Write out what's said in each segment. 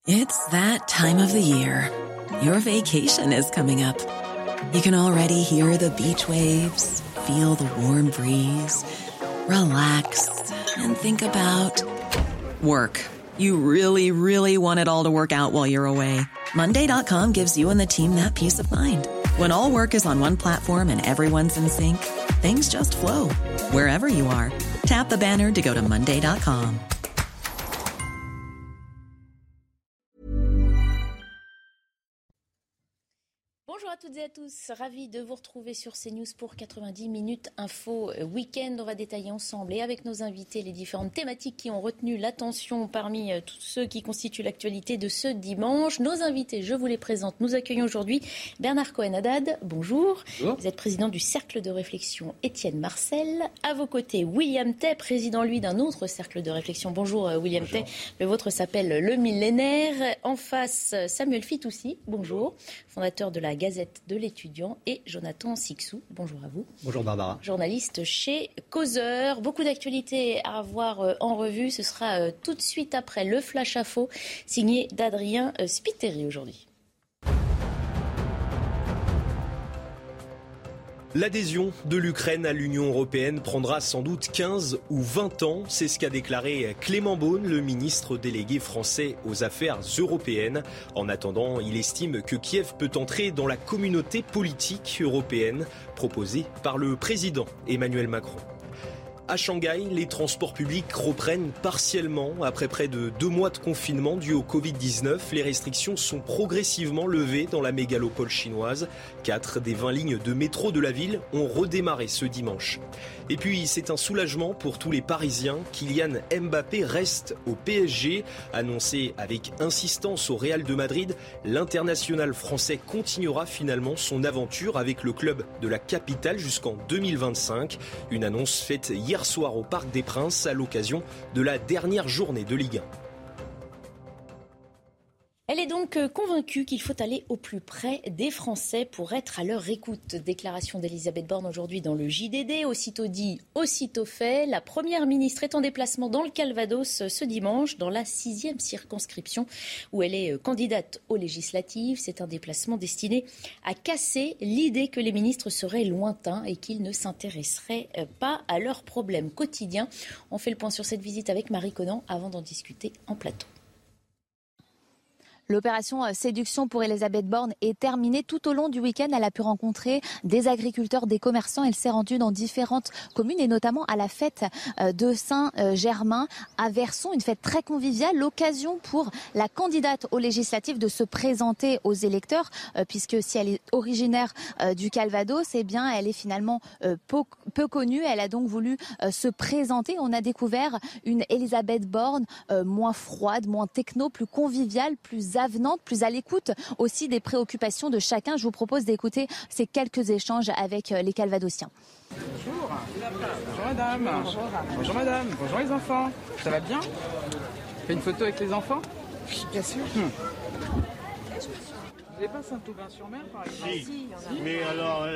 It's that time of the year. Your vacation is coming up. You can already hear the beach waves, feel the warm breeze, relax, and think about work. You really, really want it all to work out while you're away. Monday.com gives you and the team that peace of mind. When all work is on one platform and everyone's in sync, things just flow. Wherever you are, tap the banner to go to Monday.com. Bonjour à toutes et à tous, ravi de vous retrouver sur CNews pour 90 minutes info week-end. On va détailler ensemble et avec nos invités les différentes thématiques qui ont retenu l'attention parmi tous ceux qui constituent l'actualité de ce dimanche. Nos invités, je vous les présente. Nous accueillons aujourd'hui Bernard Cohen-Haddad. Bonjour. Bonjour. Vous êtes président du cercle de réflexion Étienne Marcel. À vos côtés, William Tay, président lui d'un autre cercle de réflexion. Bonjour William Tay. Le vôtre s'appelle Le Millénaire. En face, Samuel Fitoussi. Bonjour. Fondateur de la Gazette de l'étudiant, et Jonathan Sicsou. Bonjour à vous. Bonjour Barbara. Journaliste chez Causeur. Beaucoup d'actualités à avoir en revue. Ce sera tout de suite après le Flash Info, signé d'Adrien Spiteri aujourd'hui. L'adhésion de l'Ukraine à l'Union européenne prendra sans doute 15 ou 20 ans. C'est ce qu'a déclaré Clément Beaune, le ministre délégué français aux affaires européennes. En attendant, il estime que Kiev peut entrer dans la communauté politique européenne proposée par le président Emmanuel Macron. À Shanghai, les transports publics reprennent partiellement. Après près de 2 mois de confinement dû au Covid-19, les restrictions sont progressivement levées dans la mégalopole chinoise. 4 des 20 lignes de métro de la ville ont redémarré ce dimanche. Et puis, c'est un soulagement pour tous les Parisiens. Kylian Mbappé reste au PSG. Annoncé avec insistance au Real de Madrid, l'international français continuera finalement son aventure avec le club de la capitale jusqu'en 2025. Une annonce faite hier soir au Parc des Princes à l'occasion de la dernière journée de Ligue 1. Elle est donc convaincue qu'il faut aller au plus près des Français pour être à leur écoute. Déclaration d'Elisabeth Borne aujourd'hui dans le JDD. Aussitôt dit, aussitôt fait. La Première ministre est en déplacement dans le Calvados ce dimanche, dans la 6e circonscription où elle est candidate aux législatives. C'est un déplacement destiné à casser l'idée que les ministres seraient lointains et qu'ils ne s'intéresseraient pas à leurs problèmes quotidiens. On fait le point sur cette visite avec Marie Conan avant d'en discuter en plateau. L'opération séduction pour Elisabeth Borne est terminée. Tout au long du week-end, elle a pu rencontrer des agriculteurs, des commerçants. Elle s'est rendue dans différentes communes et notamment à la fête de Saint-Germain à Verson, une fête très conviviale. L'occasion pour la candidate aux législatives de se présenter aux électeurs, puisque si elle est originaire du Calvados, eh bien, elle est finalement peu connue. Elle a donc voulu se présenter. On a découvert une Elisabeth Borne moins froide, moins techno, plus conviviale, plus avenante, plus à l'écoute aussi des préoccupations de chacun. Je vous propose d'écouter ces quelques échanges avec les Calvadosiens. Bonjour. Bonjour madame. Bonjour. Bonjour madame. Bonjour les enfants. Ça va bien ? On fait une photo avec les enfants ? Oui, bien sûr. Vous n'avez pas Saint-Aubin-sur-Mer par exemple ? Si. Mais alors...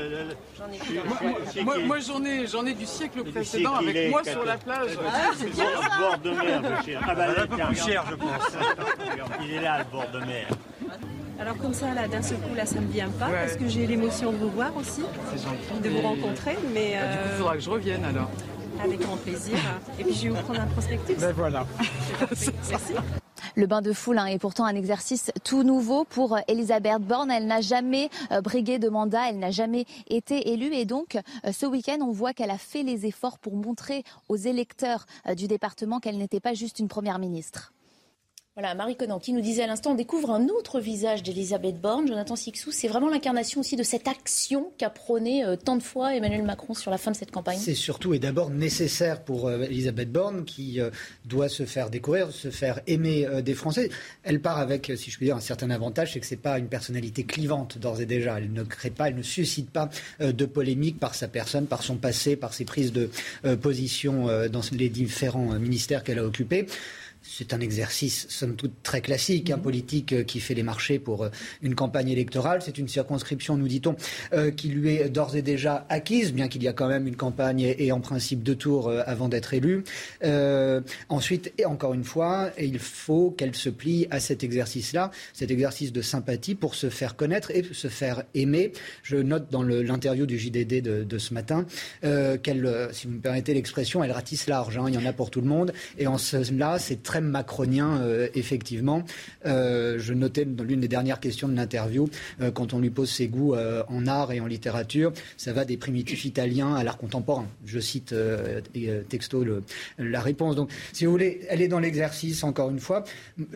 Moi j'en ai du siècle précédent avec moi sur la plage. C'est bien ça. Le bord de mer, ah bah, un peu plus cher je pense. Il est là le bord de mer. Alors comme ça, là, d'un seul coup, là, ça me vient pas, parce que j'ai l'émotion de vous voir aussi, de vous rencontrer. Mais du coup, il faudra que je revienne alors. Avec grand plaisir. Et puis je vais vous prendre un prospectus. Ben voilà. Merci. Le bain de foule est pourtant un exercice tout nouveau pour Elisabeth Borne. Elle n'a jamais brigué de mandat, elle n'a jamais été élue. Et donc, ce week-end, on voit qu'elle a fait les efforts pour montrer aux électeurs du département qu'elle n'était pas juste une première ministre. Voilà, Marie Conan qui nous disait à l'instant, on découvre un autre visage d'Elisabeth Borne. Jonathan Sicsou, c'est vraiment l'incarnation aussi de cette action qu'a prônée tant de fois Emmanuel Macron sur la fin de cette campagne. C'est surtout et d'abord nécessaire pour Elisabeth Borne qui doit se faire découvrir, se faire aimer des Français. Elle part avec, si je puis dire, un certain avantage, c'est que c'est pas une personnalité clivante d'ores et déjà. Elle ne crée pas, elle ne suscite pas de polémique par sa personne, par son passé, par ses prises de position dans les différents ministères qu'elle a occupés. C'est un exercice, somme toute, très classique, un politique qui fait les marchés pour une campagne électorale. C'est une circonscription, nous dit-on, qui lui est d'ores et déjà acquise, bien qu'il y a quand même une campagne et en principe 2 tours avant d'être élu. Ensuite, et encore une fois, il faut qu'elle se plie à cet exercice-là, cet exercice de sympathie pour se faire connaître et se faire aimer. Je note dans l'interview du JDD de ce matin qu'elle, si vous me permettez l'expression, elle ratisse large. Il y en a pour tout le monde. Et en cela, c'est très macronien, effectivement. Je notais dans l'une des dernières questions de l'interview, quand on lui pose ses goûts en art et en littérature, ça va des primitifs italiens à l'art contemporain. Je cite texto la réponse. Donc, si vous voulez, elle est dans l'exercice, encore une fois.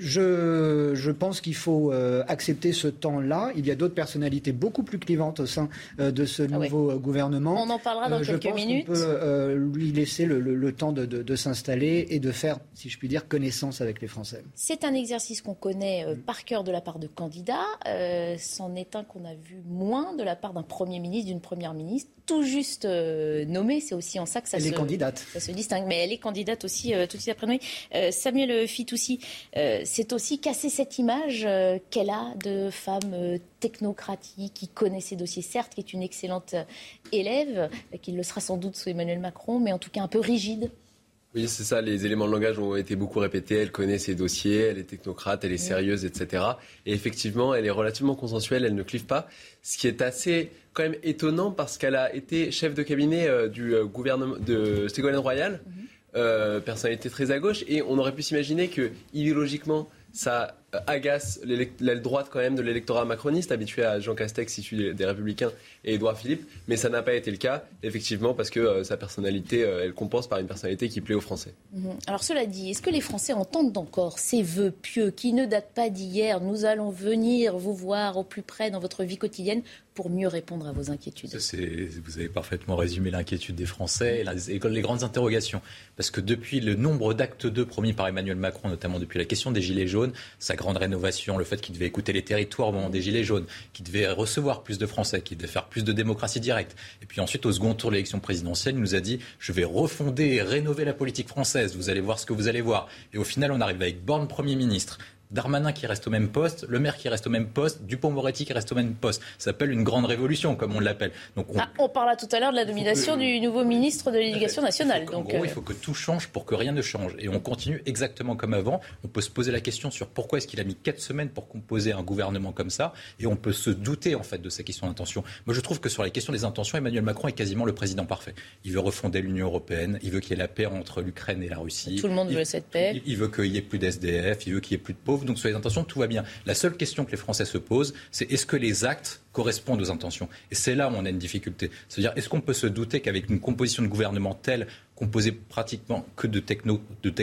Je pense qu'il faut accepter ce temps-là. Il y a d'autres personnalités beaucoup plus clivantes au sein de ce nouveau gouvernement. On en parlera dans quelques minutes. Je pense qu'on peut lui laisser le temps de s'installer et de faire, si je puis dire, connaissance avec les Français. C'est un exercice qu'on connaît par cœur de la part de candidats. C'en est un qu'on a vu moins de la part d'un Premier ministre, d'une Première ministre, tout juste nommée. C'est aussi en ça que ça se distingue. Mais elle est candidate aussi tout de suite après Noé. Samuel Fitoussi, c'est aussi casser cette image qu'elle a de femme technocratique, qui connaît ses dossiers, certes, qui est une excellente élève, qui le sera sans doute sous Emmanuel Macron, mais en tout cas un peu rigide. Oui, c'est ça, les éléments de langage ont été beaucoup répétés, elle connaît ses dossiers, elle est technocrate, elle est sérieuse, etc. Et effectivement, elle est relativement consensuelle, elle ne clive pas, ce qui est assez quand même étonnant parce qu'elle a été chef de cabinet du gouvernement de Ségolène Royal, personnalité très à gauche, et on aurait pu s'imaginer que, idéologiquement, ça agace l'aile droite quand même de l'électorat macroniste, habitué à Jean Castex, issu des Républicains, et Édouard Philippe, mais ça n'a pas été le cas, effectivement, parce que sa personnalité, elle compense par une personnalité qui plaît aux Français. Alors cela dit, est-ce que les Français entendent encore ces vœux pieux qui ne datent pas d'hier? Nous allons venir vous voir au plus près dans votre vie quotidienne pour mieux répondre à vos inquiétudes. Vous avez parfaitement résumé l'inquiétude des Français et les grandes interrogations. Parce que depuis le nombre d'actes 2 promis par Emmanuel Macron, notamment depuis la question des Gilets jaunes, sa grande rénovation, le fait qu'il devait écouter les territoires au moment des Gilets jaunes, qu'il devait recevoir plus de Français, qu'il devait faire plus de démocratie directe. Et puis ensuite, au second tour de l'élection présidentielle, il nous a dit « je vais refonder et rénover la politique française, vous allez voir ce que vous allez voir ». Et au final, on arrive avec Borne Premier ministre, Darmanin qui reste au même poste, Le Maire qui reste au même poste, Dupond-Moretti qui reste au même poste. Ça s'appelle une grande révolution, comme on l'appelle. Donc on parla tout à l'heure de la nomination du nouveau ministre de l'Éducation nationale. En gros, il faut que tout change pour que rien ne change. Et on continue exactement comme avant. On peut se poser la question sur pourquoi est-ce qu'il a mis 4 semaines pour composer un gouvernement comme ça. Et on peut se douter en fait de sa question d'intention. Moi, je trouve que sur les questions des intentions, Emmanuel Macron est quasiment le président parfait. Il veut refonder l'Union européenne. Il veut qu'il y ait la paix entre l'Ukraine et la Russie. Tout le monde veut cette paix. Il veut qu'il y ait plus d'SDF. Il veut qu'il y ait plus de pauvres. Donc sur les intentions, tout va bien. La seule question que les Français se posent, c'est est-ce que les actes correspondent aux intentions? Et c'est là où on a une difficulté. C'est-à-dire, est-ce qu'on peut se douter qu'avec une composition de gouvernement telle, composée pratiquement que de techno,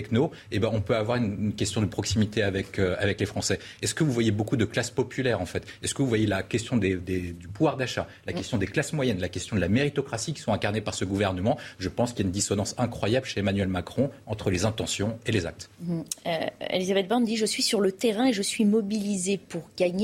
on peut avoir une question de proximité avec les Français. Est-ce que vous voyez beaucoup de classes populaires, en fait? Est-ce que vous voyez la question du pouvoir d'achat, la question des classes moyennes, la question de la méritocratie qui sont incarnées par ce gouvernement? Je pense qu'il y a une dissonance incroyable chez Emmanuel Macron entre les intentions et les actes. Elisabeth Borne dit « Je suis sur le terrain et je suis mobilisée pour gagner ».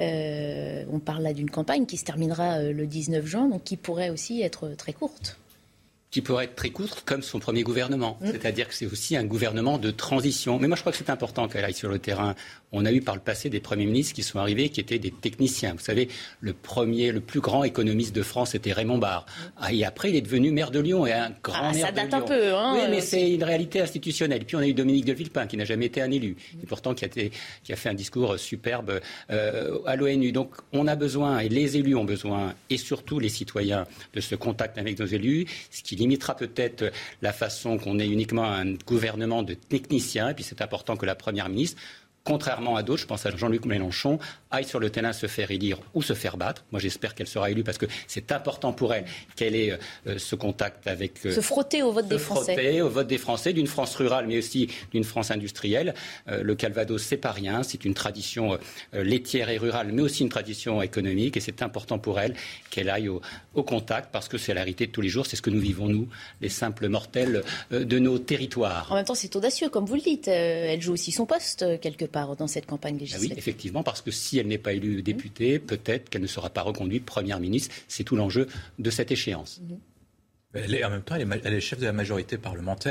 On parle là d'une campagne qui se terminera le 19 juin, donc qui pourrait aussi être très courte. Qui pourrait être très courte comme son premier gouvernement. C'est-à-dire que c'est aussi un gouvernement de transition. Mais moi, je crois que c'est important qu'elle aille sur le terrain. On a eu par le passé des premiers ministres qui sont arrivés, qui étaient des techniciens. Vous savez, le plus grand économiste de France, c'était Raymond Barre. Et après, il est devenu maire de Lyon et un grand maire de Lyon. Ça date un peu. Oui, mais c'est une réalité institutionnelle. Et puis, on a eu Dominique de Villepin, qui n'a jamais été un élu. Et pourtant, qui a fait un discours superbe à l'ONU. Donc, on a besoin, et les élus ont besoin, et surtout les citoyens, de ce contact avec nos élus, ce qui limitera peut-être la façon qu'on ait uniquement un gouvernement de techniciens. Et puis c'est important que la Première ministre, contrairement à d'autres, je pense à Jean-Luc Mélenchon, aille sur le terrain se faire élire ou se faire battre. Moi, j'espère qu'elle sera élue parce que c'est important pour elle qu'elle ait ce contact avec... se frotter au vote des Français. Se frotter au vote des Français, d'une France rurale, mais aussi d'une France industrielle. Le Calvados, c'est pas rien. C'est une tradition laitière et rurale, mais aussi une tradition économique. Et c'est important pour elle qu'elle aille au contact parce que c'est la réalité de tous les jours. C'est ce que nous vivons, nous, les simples mortels de nos territoires. En même temps, c'est audacieux, comme vous le dites. Elle joue aussi son poste, quelque part, dans cette campagne législative. Oui, effectivement, parce que si elle n'est pas élue députée, peut-être qu'elle ne sera pas reconduite Première ministre. C'est tout l'enjeu de cette échéance. En même temps, elle est chef de la majorité parlementaire.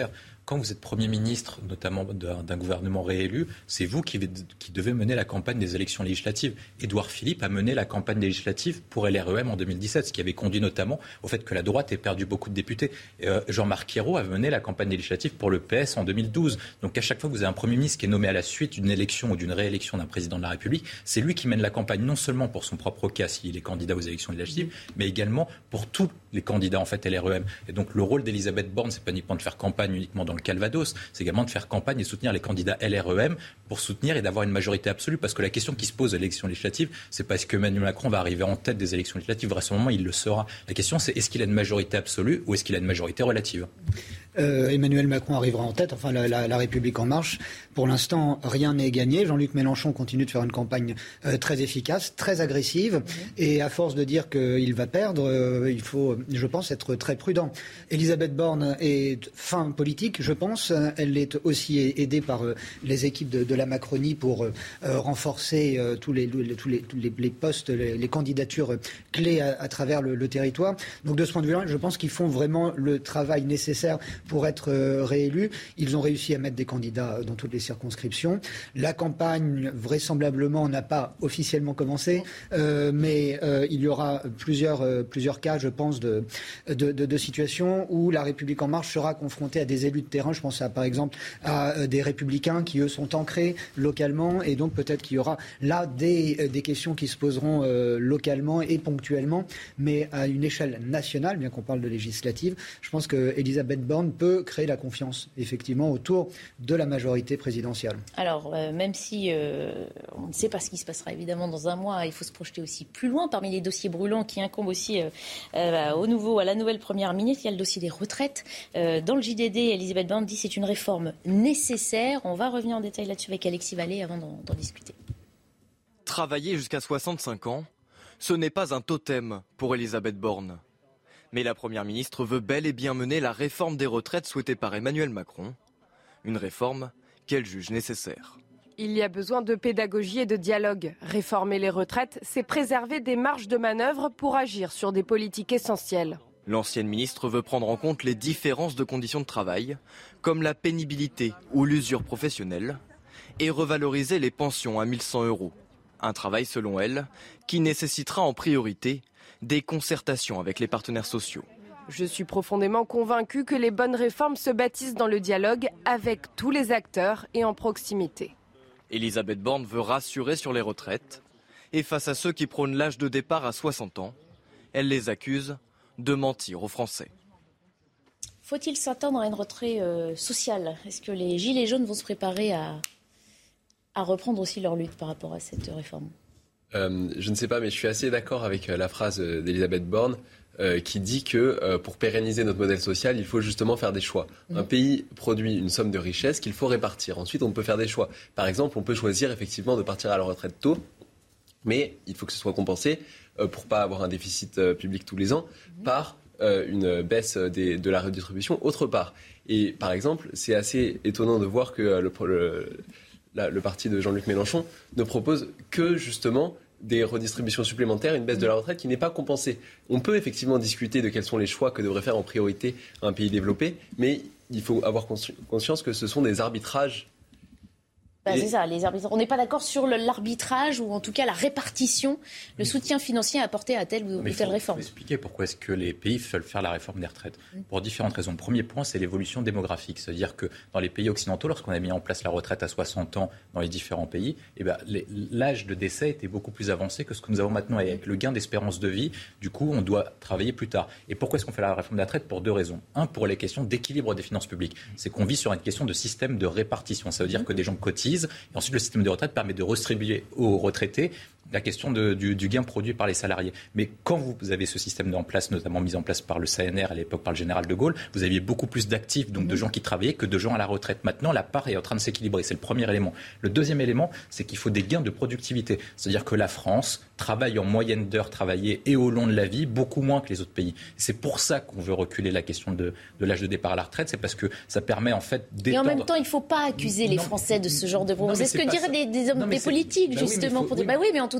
quand vous êtes Premier ministre, notamment d'un gouvernement réélu, c'est vous qui devez mener la campagne des élections législatives. Édouard Philippe a mené la campagne législative pour LREM en 2017, ce qui avait conduit notamment au fait que la droite ait perdu beaucoup de députés. Jean-Marc Ayrault a mené la campagne législative pour le PS en 2012. Donc à chaque fois que vous avez un Premier ministre qui est nommé à la suite d'une élection ou d'une réélection d'un président de la République, c'est lui qui mène la campagne non seulement pour son propre cas s'il est candidat aux élections législatives, mais également pour tous les candidats en fait LREM. Et donc le rôle d'Elisabeth Borne, c'est pas uniquement de faire campagne uniquement dans le Calvados, c'est également de faire campagne et soutenir les candidats LREM pour soutenir et d'avoir une majorité absolue. Parce que la question qui se pose à l'élection législative, c'est pas est-ce que Emmanuel Macron va arriver en tête des élections législatives, à ce moment il le sera. La question c'est est-ce qu'il a une majorité absolue ou est-ce qu'il a une majorité relative? Emmanuel Macron arrivera en tête, enfin la République en marche. Pour l'instant, rien n'est gagné. Jean-Luc Mélenchon continue de faire une campagne très efficace, très agressive. Et à force de dire qu'il va perdre, il faut, je pense, être très prudent. Elisabeth Borne est fin politique, je pense. Elle est aussi aidée par les équipes de la Macronie pour renforcer tous les postes, les candidatures clés à travers le territoire. Donc de ce point de vue-là, je pense qu'ils font vraiment le travail nécessaire pour être réélus. Ils ont réussi à mettre des candidats dans toutes les circonscriptions. La campagne, vraisemblablement, n'a pas officiellement commencé, mais il y aura plusieurs cas, je pense, de situations où la République En Marche sera confrontée à des élus de terrain. Je pense par exemple à des républicains qui, eux, sont ancrés localement, et donc peut-être qu'il y aura là des questions qui se poseront localement et ponctuellement, mais à une échelle nationale, bien qu'on parle de législative. Je pense que Elisabeth Borne peut créer la confiance, effectivement, autour de la majorité présidentielle. Alors, même si on ne sait pas ce qui se passera évidemment dans un mois, il faut se projeter aussi plus loin. Parmi les dossiers brûlants qui incombent aussi à la nouvelle Première ministre, il y a le dossier des retraites. Dans le JDD, Elisabeth Borne dit que c'est une réforme nécessaire. On va revenir en détail là-dessus avec Alexis Vallée avant d'en discuter. Travailler jusqu'à 65 ans, ce n'est pas un totem pour Elisabeth Borne. Mais la Première ministre veut bel et bien mener la réforme des retraites souhaitée par Emmanuel Macron. Une réforme qu'elle juge nécessaire. Il y a besoin de pédagogie et de dialogue. Réformer les retraites, c'est préserver des marges de manœuvre pour agir sur des politiques essentielles. L'ancienne ministre veut prendre en compte les différences de conditions de travail, comme la pénibilité ou l'usure professionnelle, et revaloriser les pensions à 1 100 €. Un travail, selon elle, qui nécessitera en priorité des concertations avec les partenaires sociaux. Je suis profondément convaincue que les bonnes réformes se bâtissent dans le dialogue avec tous les acteurs et en proximité. Elisabeth Borne veut rassurer sur les retraites. Et face à ceux qui prônent l'âge de départ à 60 ans, elle les accuse de mentir aux Français. Faut-il s'attendre à une rentrée sociale ? Est-ce que les Gilets jaunes vont se préparer à reprendre aussi leur lutte par rapport à cette réforme ? Je ne sais pas, mais je suis assez d'accord avec la phrase d'Elisabeth Borne qui dit que pour pérenniser notre modèle social, il faut justement faire des choix. Un pays produit une somme de richesse qu'il faut répartir. Ensuite, on peut faire des choix. Par exemple, on peut choisir effectivement de partir à la retraite tôt, mais il faut que ce soit compensé pour ne pas avoir un déficit public tous les ans par une baisse de la redistribution autre part. Et par exemple, c'est assez étonnant de voir que le parti de Jean-Luc Mélenchon ne propose que justement des redistributions supplémentaires, une baisse de la retraite qui n'est pas compensée. On peut effectivement discuter de quels sont les choix que devrait faire en priorité un pays développé, mais il faut avoir conscience que ce sont des arbitrages. C'est ça, les arbitrages. On n'est pas d'accord sur l'arbitrage ou en tout cas la répartition, le soutien financier apporté à telle ou telle réforme. Il faut expliquer pourquoi est-ce que les pays veulent faire la réforme des retraites. Pour différentes raisons. Le premier point, c'est l'évolution démographique. C'est-à-dire que dans les pays occidentaux, lorsqu'on a mis en place la retraite à 60 ans dans les différents pays, l'âge de décès était beaucoup plus avancé que ce que nous avons maintenant. Et avec le gain d'espérance de vie, du coup, on doit travailler plus tard. Et pourquoi est-ce qu'on fait la réforme des retraites ? Pour deux raisons. Un, pour les questions d'équilibre des finances publiques. C'est qu'on vit sur une question de système de répartition. Ça veut dire que des gens cotisent. Et ensuite, le système de retraite permet de redistribuer aux retraités la question du gain produit par les salariés. Mais quand vous avez ce système en place, notamment mis en place par le CNR à l'époque par le général de Gaulle, vous aviez beaucoup plus d'actifs, donc de gens qui travaillaient, que de gens à la retraite. Maintenant, la part est en train de s'équilibrer. C'est le premier élément. Le deuxième élément, c'est qu'il faut des gains de productivité. C'est-à-dire que la France travaille en moyenne d'heures travaillées et au long de la vie beaucoup moins que les autres pays. C'est pour ça qu'on veut reculer la question de l'âge de départ à la retraite. C'est parce que ça permet en fait d'étendre... Et en même temps, il ne faut pas accuser les Français de ce genre de propos. C'est ce que diraient des hommes, des politiques, justement, pour dire oui, mais en tout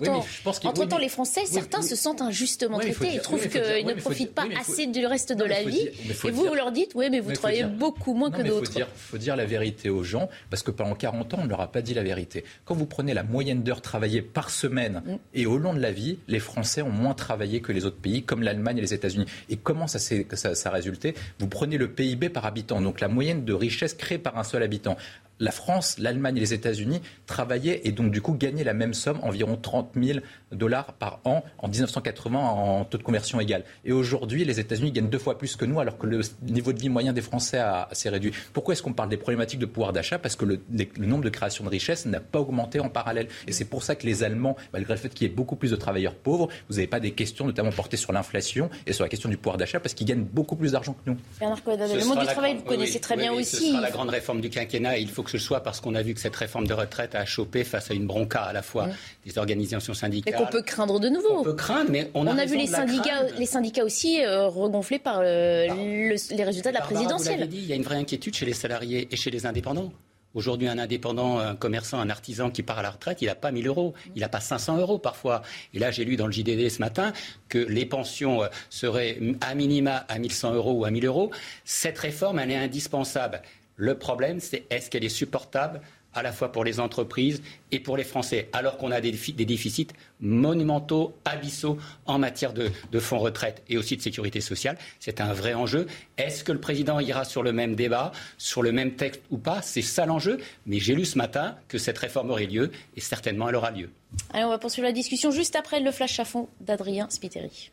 Entre-temps, les Français, certains se sentent injustement traités et trouvent qu'ils ne profitent pas assez du reste de la vie. Et vous leur dites, oui, mais vous travaillez beaucoup moins que d'autres. Il faut dire la vérité aux gens, parce que pendant 40 ans, on ne leur a pas dit la vérité. Quand vous prenez la moyenne d'heures travaillées par semaine et au long de la vie, les Français ont moins travaillé que les autres pays, comme l'Allemagne et les États-Unis. Et comment ça a résulté ? Vous prenez le PIB par habitant, donc la moyenne de richesse créée par un seul habitant. La France, l'Allemagne et les États-Unis travaillaient et donc du coup gagnaient la même somme, environ 30 000 $ par an en 1980 en taux de conversion égal. Et aujourd'hui, les États-Unis gagnent 2 fois plus que nous alors que le niveau de vie moyen des Français s'est réduit. Pourquoi est-ce qu'on parle des problématiques de pouvoir d'achat ? Parce que le nombre de créations de richesses n'a pas augmenté en parallèle. Et c'est pour ça que les Allemands, malgré le fait qu'il y ait beaucoup plus de travailleurs pauvres, vous n'avez pas des questions notamment portées sur l'inflation et sur la question du pouvoir d'achat parce qu'ils gagnent beaucoup plus d'argent que nous. Bernard Cohen, le monde du travail, vous connaissez très bien aussi. Ce sera la grande réforme du quinquennat. Il faut que ce soit parce qu'on a vu que cette réforme de retraite a chopé face à une bronca à la fois des organisations syndicales. Mais qu'on peut craindre de nouveau. On peut craindre, mais on a vu les syndicats aussi regonflés par les résultats de la présidentielle. Vous l'avez dit, il y a une vraie inquiétude chez les salariés et chez les indépendants. Aujourd'hui, un indépendant, un commerçant, un artisan qui part à la retraite, il n'a pas 1 000 €, il n'a pas 500 € parfois. Et là, j'ai lu dans le JDD ce matin que les pensions seraient à minima à 1 100 € ou à 1 000 €. Cette réforme, elle est indispensable. Le problème, c'est est-ce qu'elle est supportable à la fois pour les entreprises et pour les Français, alors qu'on a des déficits monumentaux, abyssaux en matière de fonds retraite et aussi de sécurité sociale. C'est un vrai enjeu. Est-ce que le président ira sur le même débat, sur le même texte ou pas ? C'est ça l'enjeu. Mais j'ai lu ce matin que cette réforme aurait lieu et certainement elle aura lieu. Allez, on va poursuivre la discussion juste après le flash à fond d'Adrien Spiteri.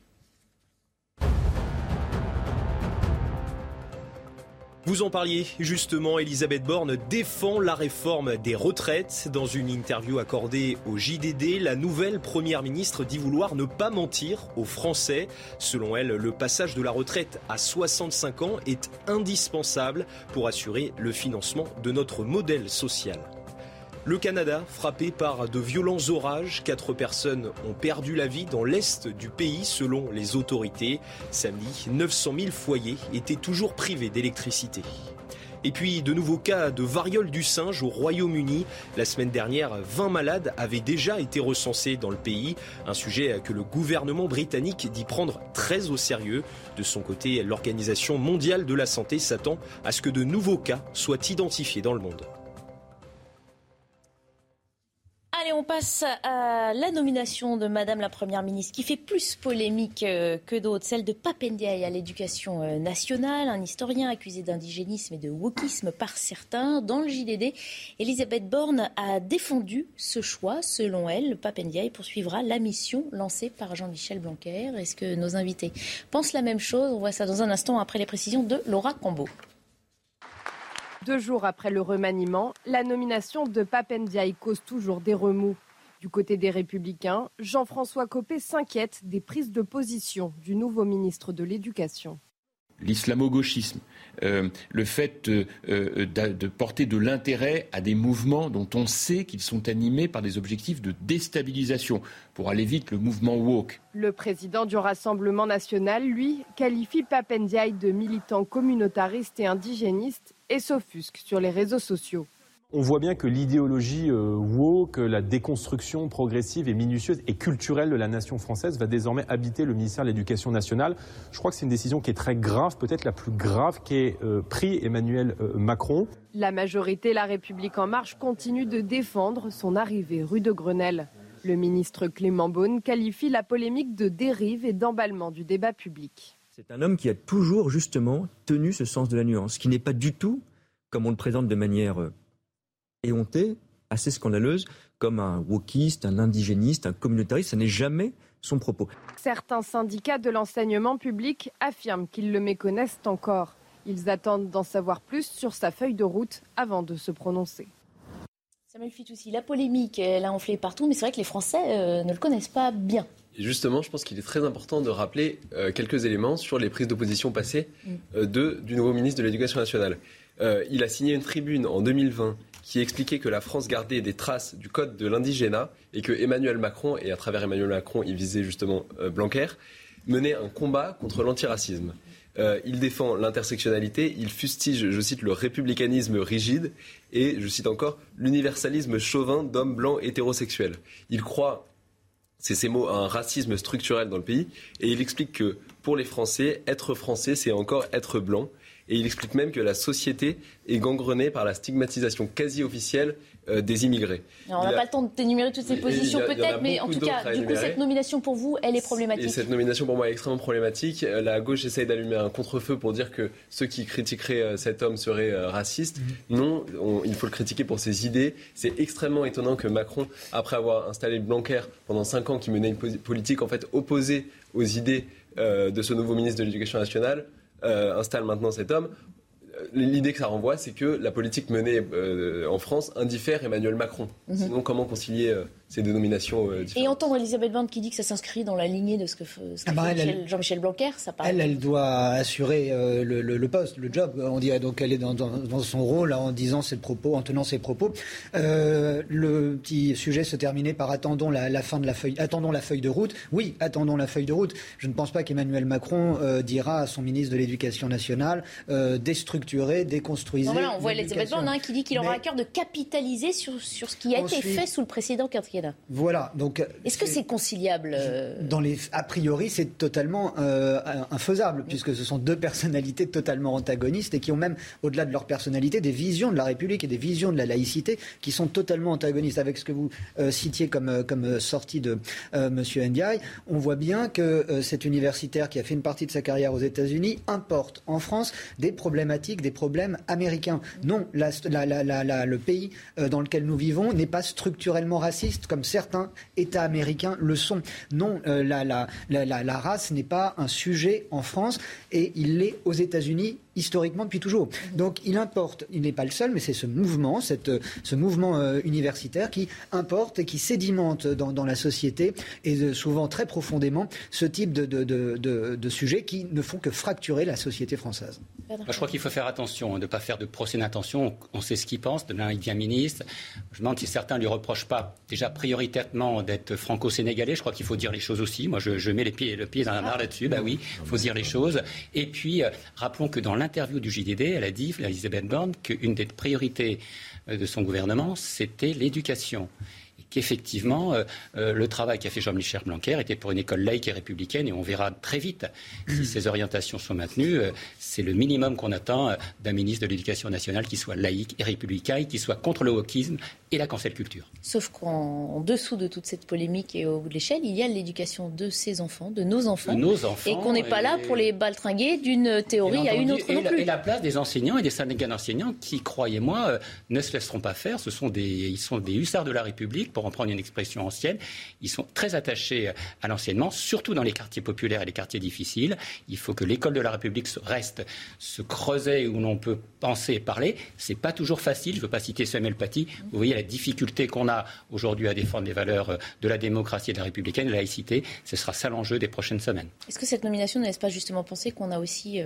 Vous en parliez justement, Elisabeth Borne défend la réforme des retraites. Dans une interview accordée au JDD, la nouvelle première ministre dit vouloir ne pas mentir aux Français. Selon elle, le passage de la retraite à 65 ans est indispensable pour assurer le financement de notre modèle social. Le Canada, frappé par de violents orages, 4 personnes ont perdu la vie dans l'est du pays selon les autorités. Samedi, 900 000 foyers étaient toujours privés d'électricité. Et puis, de nouveaux cas de variole du singe au Royaume-Uni. La semaine dernière, 20 malades avaient déjà été recensés dans le pays. Un sujet que le gouvernement britannique dit prendre très au sérieux. De son côté, l'Organisation mondiale de la santé s'attend à ce que de nouveaux cas soient identifiés dans le monde. Allez, on passe à la nomination de Madame la Première ministre qui fait plus polémique que d'autres, celle de Pape Ndiaye à l'Éducation nationale, un historien accusé d'indigénisme et de wokisme par certains. Dans le JDD, Elisabeth Borne a défendu ce choix. Selon elle, Pape Ndiaye poursuivra la mission lancée par Jean-Michel Blanquer. Est-ce que nos invités pensent la même chose ? On voit ça dans un instant après les précisions de Laura Cambeau. 2 jours après le remaniement, la nomination de Pape Ndiaye cause toujours des remous. Du côté des Républicains, Jean-François Copé s'inquiète des prises de position du nouveau ministre de l'Éducation. L'islamo-gauchisme, le fait de porter de l'intérêt à des mouvements dont on sait qu'ils sont animés par des objectifs de déstabilisation. Pour aller vite, le mouvement woke. Le président du Rassemblement national, lui, qualifie Pape Ndiaye de militant communautariste et indigéniste et s'offusque sur les réseaux sociaux. On voit bien que l'idéologie woke, la déconstruction progressive et minutieuse et culturelle de la nation française va désormais habiter le ministère de l'Éducation nationale. Je crois que c'est une décision qui est très grave, peut-être la plus grave qu'ait pris Emmanuel Macron. La majorité La République En Marche continue de défendre son arrivée rue de Grenelle. Le ministre Clément Beaune qualifie la polémique de dérive et d'emballement du débat public. C'est un homme qui a toujours justement tenu ce sens de la nuance, qui n'est pas du tout, comme on le présente de manière éhontée, assez scandaleuse, comme un wokiste, un indigéniste, un communautariste. Ça n'est jamais son propos. Certains syndicats de l'enseignement public affirment qu'ils le méconnaissent encore. Ils attendent d'en savoir plus sur sa feuille de route avant de se prononcer. Samuel Fitoussi, la polémique, elle a enflé partout, mais c'est vrai que les Français ne le connaissent pas bien. Et justement, je pense qu'il est très important de rappeler quelques éléments sur les prises d'opposition passées du nouveau ministre de l'Éducation nationale. Il a signé une tribune en 2020 qui expliquait que la France gardait des traces du code de l'indigénat et que Emmanuel Macron, et à travers Emmanuel Macron, il visait justement Blanquer, menait un combat contre l'antiracisme. Il défend l'intersectionnalité, il fustige, je cite, le républicanisme rigide et, je cite encore, l'universalisme chauvin d'hommes blancs hétérosexuels. Il croit c'est ces mots, un racisme structurel dans le pays. Et il explique que pour les Français, être français, c'est encore être blanc. Et il explique même que la société est gangrenée par la stigmatisation quasi officielle des immigrés. Alors, on n'a pas le temps de d'énumérer toutes ces positions peut-être, mais en tout cas, du coup, cette nomination pour vous, elle est problématique. Et cette nomination pour moi est extrêmement problématique. La gauche essaye d'allumer un contre-feu pour dire que ceux qui critiqueraient cet homme seraient racistes. Non, il faut le critiquer pour ses idées. C'est extrêmement étonnant que Macron, après avoir installé Blanquer pendant 5 ans, qui menait une politique en fait opposée aux idées de ce nouveau ministre de l'Éducation nationale, installe maintenant cet homme. L'idée que ça renvoie, c'est que la politique menée en France indiffère Emmanuel Macron. Sinon, comment concilier ces dénominations différentes? Et entendre Elisabeth Borne qui dit que ça s'inscrit dans la lignée de ce que fait Jean-Michel Blanquer, ça paraît... Elle doit assurer le poste, le job. On dirait donc qu'elle est dans son rôle en disant ses propos, en tenant ses propos. Le petit sujet se terminait par attendons la feuille de route. Oui, attendons la feuille de route. Je ne pense pas qu'Emmanuel Macron dira à son ministre de l'Éducation nationale déstructurer, déconstruire. Voilà, on voit Elisabeth Borne qui dit qu'il aura à cœur de capitaliser sur ce qui a été fait sous le précédent quinquennat. Voilà. Donc, est-ce que c'est conciliable a priori, c'est totalement infaisable, puisque ce sont deux personnalités totalement antagonistes et qui ont même, au-delà de leur personnalité, des visions de la République et des visions de la laïcité qui sont totalement antagonistes. Avec ce que vous citiez comme sortie de M. Ndiaye, on voit bien que cet universitaire qui a fait une partie de sa carrière aux États-Unis importe en France des problématiques, des problèmes américains. Non, le pays dans lequel nous vivons n'est pas structurellement raciste comme certains États américains le sont. Non, la race n'est pas un sujet en France et il l'est aux États-Unis historiquement depuis toujours. Donc il importe, il n'est pas le seul, mais c'est ce mouvement, ce mouvement universitaire qui importe et qui sédimente dans la société et souvent très profondément ce type de sujets qui ne font que fracturer la société française. Je crois qu'il faut faire attention, de ne pas faire de procès d'intention. On sait ce qu'il pense. Demain, il devient ministre. Je me demande si certains ne lui reprochent pas déjà prioritairement d'être franco-sénégalais. Je crois qu'il faut dire les choses aussi. Moi, je mets le pied dans la mare là-dessus. Ben oui, il faut dire les choses. Et puis, rappelons que dans l'interview du JDD, elle a dit, Elisabeth Borne, qu'une des priorités de son gouvernement, c'était l'éducation. Qu'effectivement, le travail qu'a fait Jean-Michel Blanquer était pour une école laïque et républicaine, et on verra très vite si ces orientations sont maintenues. C'est le minimum qu'on attend d'un ministre de l'Éducation nationale qui soit laïque et républicain, qui soit contre le wokisme et la cancel culture. Sauf qu'en dessous de toute cette polémique et au bout de l'échelle, il y a l'éducation de ses enfants, de nos enfants, et qu'on n'est pas là pour les baltringuer d'une théorie à une autre non plus. Et la place des enseignants et des syndicats d'enseignants qui, croyez-moi, ne se laisseront pas faire. Ils sont des hussards de la République, pour en prendre une expression ancienne. Ils sont très attachés à l'enseignement, surtout dans les quartiers populaires et les quartiers difficiles. Il faut que l'école de la République reste ce creuset où l'on peut penser et parler. C'est pas toujours facile. Je ne veux pas citer Samuel Paty. Vous voyez la difficulté qu'on a aujourd'hui à défendre les valeurs de la démocratie et de la républicaine, de la laïcité. Ce sera ça l'enjeu des prochaines semaines. Est-ce que cette nomination ne laisse pas justement penser qu'on a aussi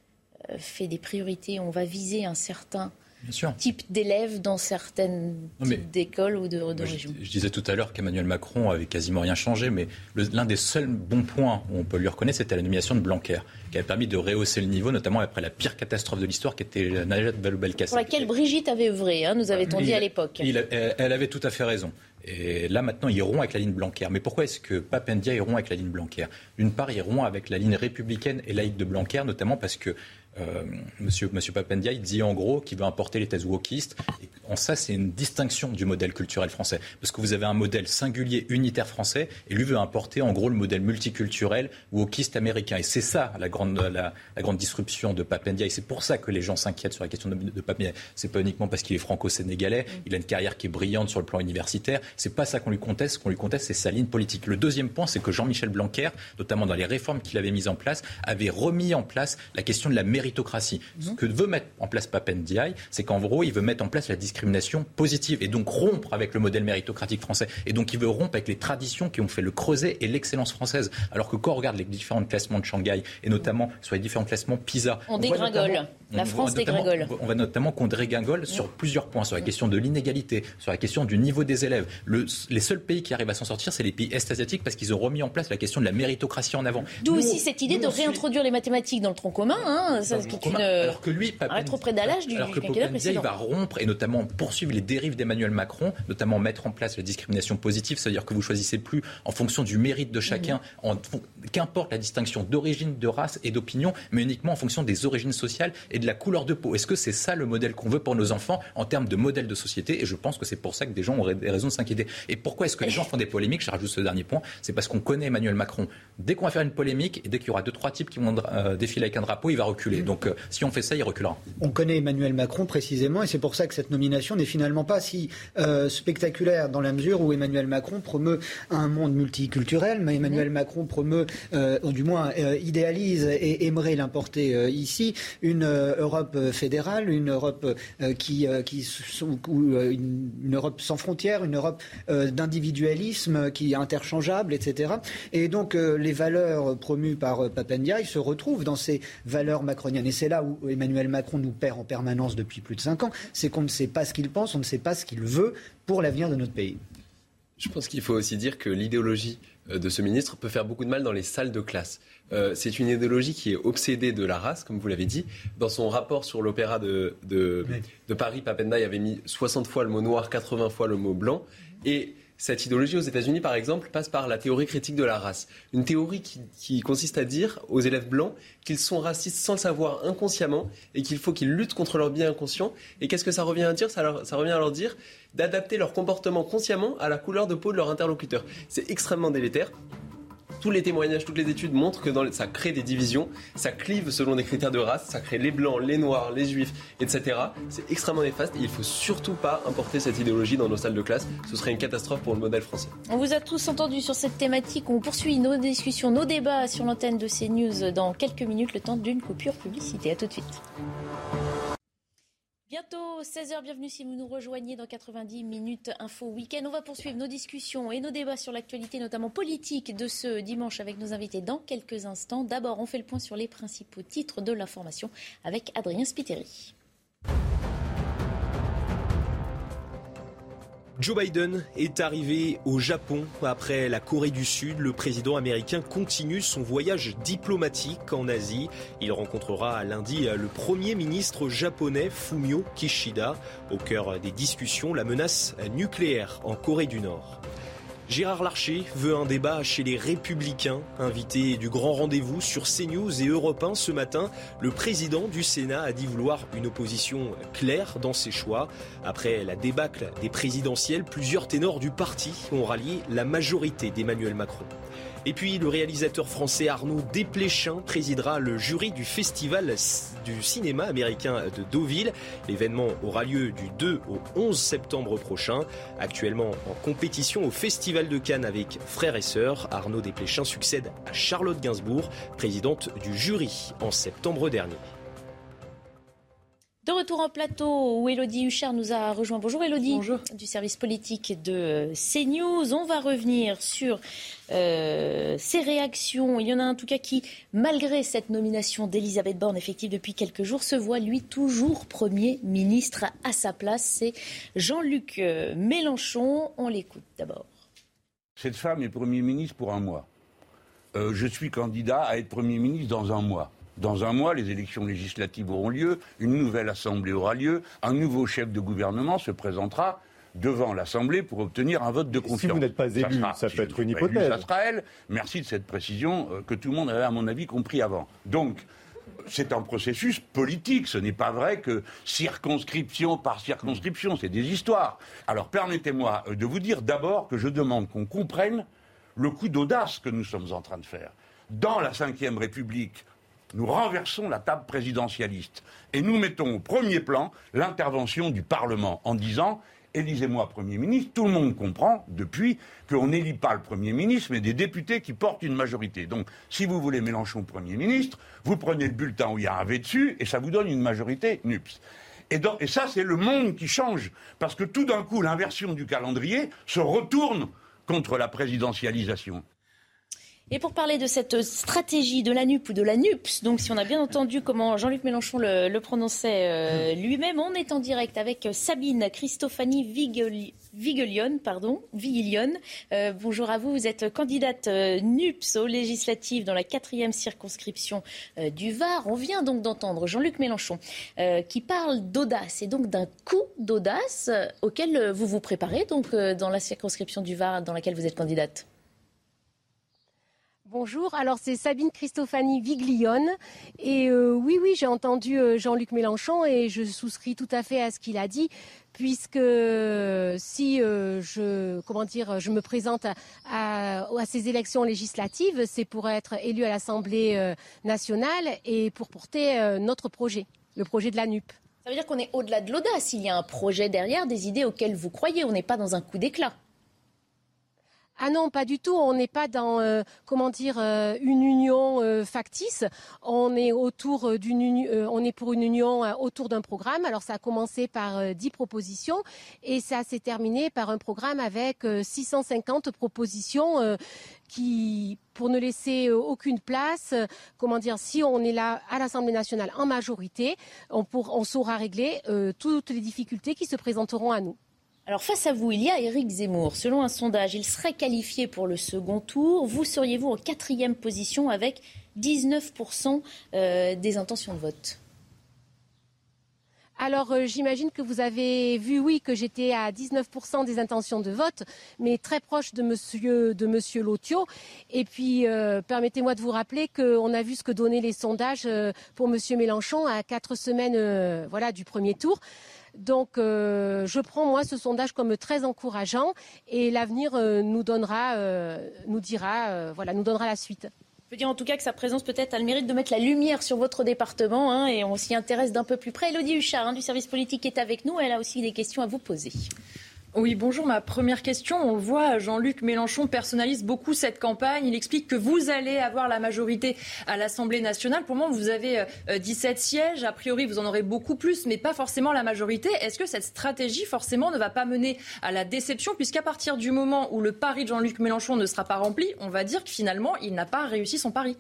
fait des priorités? On va viser un certain type d'élèves dans certaines types d'écoles ou de régions. Je disais tout à l'heure qu'Emmanuel Macron avait quasiment rien changé, mais l'un des seuls bons points où on peut lui reconnaître, c'était la nomination de Blanquer, qui avait permis de rehausser le niveau, notamment après la pire catastrophe de l'histoire, qui était la Najat Vallaud-Belkacem. Pour laquelle Brigitte avait œuvré, nous avait-on dit à l'époque. Elle avait tout à fait raison. Et là, maintenant, ils rompt avec la ligne Blanquer. Mais pourquoi est-ce que Pape Ndiaye rompt avec la ligne Blanquer? D'une part, ils rompt avec la ligne républicaine et laïque de Blanquer, notamment parce que Monsieur Pape Ndiaye dit en gros qu'il veut importer les thèses wokistes. Et en ça, c'est une distinction du modèle culturel français. Parce que vous avez un modèle singulier, unitaire français, et lui veut importer en gros le modèle multiculturel wokiste américain. Et c'est ça la grande disruption de Pape Ndiaye. C'est pour ça que les gens s'inquiètent sur la question de Pape Ndiaye. C'est pas uniquement parce qu'il est franco-sénégalais, il a une carrière qui est brillante sur le plan universitaire. C'est pas ça qu'on lui conteste. Ce qu'on lui conteste, c'est sa ligne politique. Le deuxième point, c'est que Jean-Michel Blanquer, notamment dans les réformes qu'il avait mises en place, avait remis en place la question de la méritocratie. Ce que veut mettre en place Pape Ndiaye, c'est qu'en gros, il veut mettre en place la discrimination positive et donc rompre avec le modèle méritocratique français. Et donc, il veut rompre avec les traditions qui ont fait le creuset et l'excellence française. Alors que quand on regarde les différents classements de Shanghai, et notamment sur les différents classements PISA, on dégringole. La France dégringole. On va notamment qu'on dégringole sur plusieurs points, sur la question de l'inégalité, sur la question du niveau des élèves. Les seuls pays qui arrivent à s'en sortir, c'est les pays est-asiatiques parce qu'ils ont remis en place la question de la méritocratie en avant. D'où aussi cette idée de réintroduire les mathématiques dans le tronc commun. ça, ce qui est alors que lui, un rétroprédalage du quinquennat précédent. Il va rompre et notamment poursuivre les dérives d'Emmanuel Macron, notamment mettre en place la discrimination positive, c'est-à-dire que vous choisissez plus en fonction du mérite de chacun, qu'importe la distinction d'origine, de race et d'opinion, mais uniquement en fonction des origines sociales et de la couleur de peau. Est-ce que c'est ça le modèle qu'on veut pour nos enfants en termes de modèle de société ? Et je pense que c'est pour ça que des gens auraient des raisons de s'inquiéter. Et pourquoi est-ce que les gens font des polémiques ? Je rajoute ce dernier point. C'est parce qu'on connaît Emmanuel Macron. Dès qu'on va faire une polémique et dès qu'il y aura 2-3 types qui vont défiler avec un drapeau, il va reculer. Donc si on fait ça, il reculera. On connaît Emmanuel Macron précisément et c'est pour ça que cette nomination n'est finalement pas si spectaculaire dans la mesure où Emmanuel Macron promeut un monde multiculturel, mais Emmanuel Macron promeut, ou du moins idéalise et aimerait l'importer ici, une Europe fédérale, une Europe une Europe sans frontières, une Europe d'individualisme qui est interchangeable, etc. Et donc les valeurs promues par Pape Ndiaye se retrouvent dans ces valeurs macroniennes. Et c'est là où Emmanuel Macron nous perd en permanence depuis plus de 5 ans. C'est qu'on ne sait pas ce qu'il pense, on ne sait pas ce qu'il veut pour l'avenir de notre pays. Je pense qu'il faut aussi dire que l'idéologie de ce ministre peut faire beaucoup de mal dans les salles de classe. C'est une idéologie qui est obsédée de la race, comme vous l'avez dit. Dans son rapport sur l'opéra de Paris, Pape Ndiaye avait mis 60 fois le mot noir, 80 fois le mot blanc. Et cette idéologie aux États-Unis, par exemple, passe par la théorie critique de la race. Une théorie qui consiste à dire aux élèves blancs qu'ils sont racistes sans le savoir inconsciemment et qu'il faut qu'ils luttent contre leur biais inconscient. Et qu'est-ce que ça revient à dire ? Ça revient à leur dire d'adapter leur comportement consciemment à la couleur de peau de leur interlocuteur. C'est extrêmement délétère. Tous les témoignages, toutes les études montrent que ça crée des divisions, ça clive selon des critères de race, ça crée les blancs, les noirs, les juifs, etc. C'est extrêmement néfaste et il ne faut surtout pas importer cette idéologie dans nos salles de classe. Ce serait une catastrophe pour le modèle français. On vous a tous entendus sur cette thématique. On poursuit nos discussions, nos débats sur l'antenne de CNews dans quelques minutes, le temps d'une coupure publicité. À tout de suite. Bientôt 16h, bienvenue si vous nous rejoignez dans 90 minutes Info Week-end. On va poursuivre nos discussions et nos débats sur l'actualité, notamment politique, de ce dimanche avec nos invités dans quelques instants. D'abord, on fait le point sur les principaux titres de l'information avec Adrien Spiteri. Joe Biden est arrivé au Japon après la Corée du Sud. Le président américain continue son voyage diplomatique en Asie. Il rencontrera lundi le Premier ministre japonais Fumio Kishida. Au cœur des discussions, la menace nucléaire en Corée du Nord. Gérard Larcher veut un débat chez les Républicains. Invité du grand rendez-vous sur CNews et Europe 1 ce matin, le président du Sénat a dit vouloir une opposition claire dans ses choix. Après la débâcle des présidentielles, plusieurs ténors du parti ont rallié la majorité d'Emmanuel Macron. Et puis le réalisateur français Arnaud Desplechin présidera le jury du festival du cinéma américain de Deauville. L'événement aura lieu du 2 au 11 septembre prochain. Actuellement en compétition au Festival de Cannes avec Frères et Sœurs, Arnaud Desplechin succède à Charlotte Gainsbourg, présidente du jury en septembre dernier. De retour en plateau où Élodie Huchard nous a rejoint. Bonjour Élodie. Bonjour. Du service politique de CNews. On va revenir sur ces réactions. Il y en a en tout cas qui, malgré cette nomination d'Elisabeth Borne effective depuis quelques jours, se voit lui toujours Premier ministre à sa place. C'est Jean-Luc Mélenchon. On l'écoute d'abord. Cette femme est Premier ministre pour un mois. Je suis candidat à être Premier ministre dans un mois. Dans un mois, les élections législatives auront lieu, une nouvelle Assemblée aura lieu, un nouveau chef de gouvernement se présentera devant l'Assemblée pour obtenir un vote de confiance. Si vous n'êtes pas élu, ça peut être une hypothèse. Ça sera elle. Merci de cette précision que tout le monde avait, à mon avis, compris avant. Donc, c'est un processus politique. Ce n'est pas vrai que circonscription par circonscription, c'est des histoires. Alors, permettez-moi de vous dire d'abord que je demande qu'on comprenne le coup d'audace que nous sommes en train de faire. Dans la Ve République, nous renversons la table présidentialiste et nous mettons au premier plan l'intervention du Parlement en disant « élisez-moi Premier ministre ». Tout le monde comprend depuis qu'on n'élit pas le Premier ministre mais des députés qui portent une majorité. Donc si vous voulez Mélenchon Premier ministre, vous prenez le bulletin où il y a un V dessus et ça vous donne une majorité NUPS. Et ça, c'est le monde qui change parce que tout d'un coup, l'inversion du calendrier se retourne contre la présidentialisation. Et pour parler de cette stratégie de la NUP ou de la NUPS, donc si on a bien entendu comment Jean-Luc Mélenchon le prononçait lui-même, on est en direct avec Sabine Cristofani Viguelion. Bonjour à vous, vous êtes candidate NUPS aux législatives dans la 4e circonscription du Var. On vient donc d'entendre Jean-Luc Mélenchon qui parle d'audace et donc d'un coup d'audace auquel vous vous préparez donc dans la circonscription du Var dans laquelle vous êtes candidate. Bonjour, alors c'est Sabine Cristofani Viglione et oui, j'ai entendu Jean-Luc Mélenchon et je souscris tout à fait à ce qu'il a dit puisque si je me présente à ces élections législatives, c'est pour être élue à l'Assemblée nationale et pour porter notre projet, le projet de la NUP. Ça veut dire qu'on est au-delà de l'audace, il y a un projet derrière, des idées auxquelles vous croyez, on n'est pas dans un coup d'éclat. Ah non, pas du tout. On n'est pas dans une union factice. On est pour une union autour d'un programme. Alors ça a commencé par 10 propositions et ça s'est terminé par un programme avec 650 propositions qui, pour ne laisser aucune place, si on est là à l'Assemblée nationale en majorité, on saura régler toutes les difficultés qui se présenteront à nous. Alors face à vous, il y a Éric Zemmour. Selon un sondage, il serait qualifié pour le second tour. Vous seriez-vous en 4e position avec 19% des intentions de vote. Alors j'imagine que vous avez vu, que j'étais à 19% des intentions de vote, mais très proche de Monsieur Lotio. Et puis permettez-moi de vous rappeler qu'on a vu ce que donnaient les sondages pour Monsieur Mélenchon à 4 semaines du premier tour. Donc je prends moi ce sondage comme très encourageant et l'avenir nous donnera la suite. On peut dire en tout cas que sa présence peut-être a le mérite de mettre la lumière sur votre département et on s'y intéresse d'un peu plus près. Élodie Huchard du service politique est avec nous, elle a aussi des questions à vous poser. Oui, bonjour. Ma première question, on le voit, Jean-Luc Mélenchon personnalise beaucoup cette campagne. Il explique que vous allez avoir la majorité à l'Assemblée nationale. Pour le moment, vous avez 17 sièges. A priori, vous en aurez beaucoup plus, mais pas forcément la majorité. Est-ce que cette stratégie, forcément, ne va pas mener à la déception, puisqu'à partir du moment où le pari de Jean-Luc Mélenchon ne sera pas rempli, on va dire que finalement, il n'a pas réussi son pari?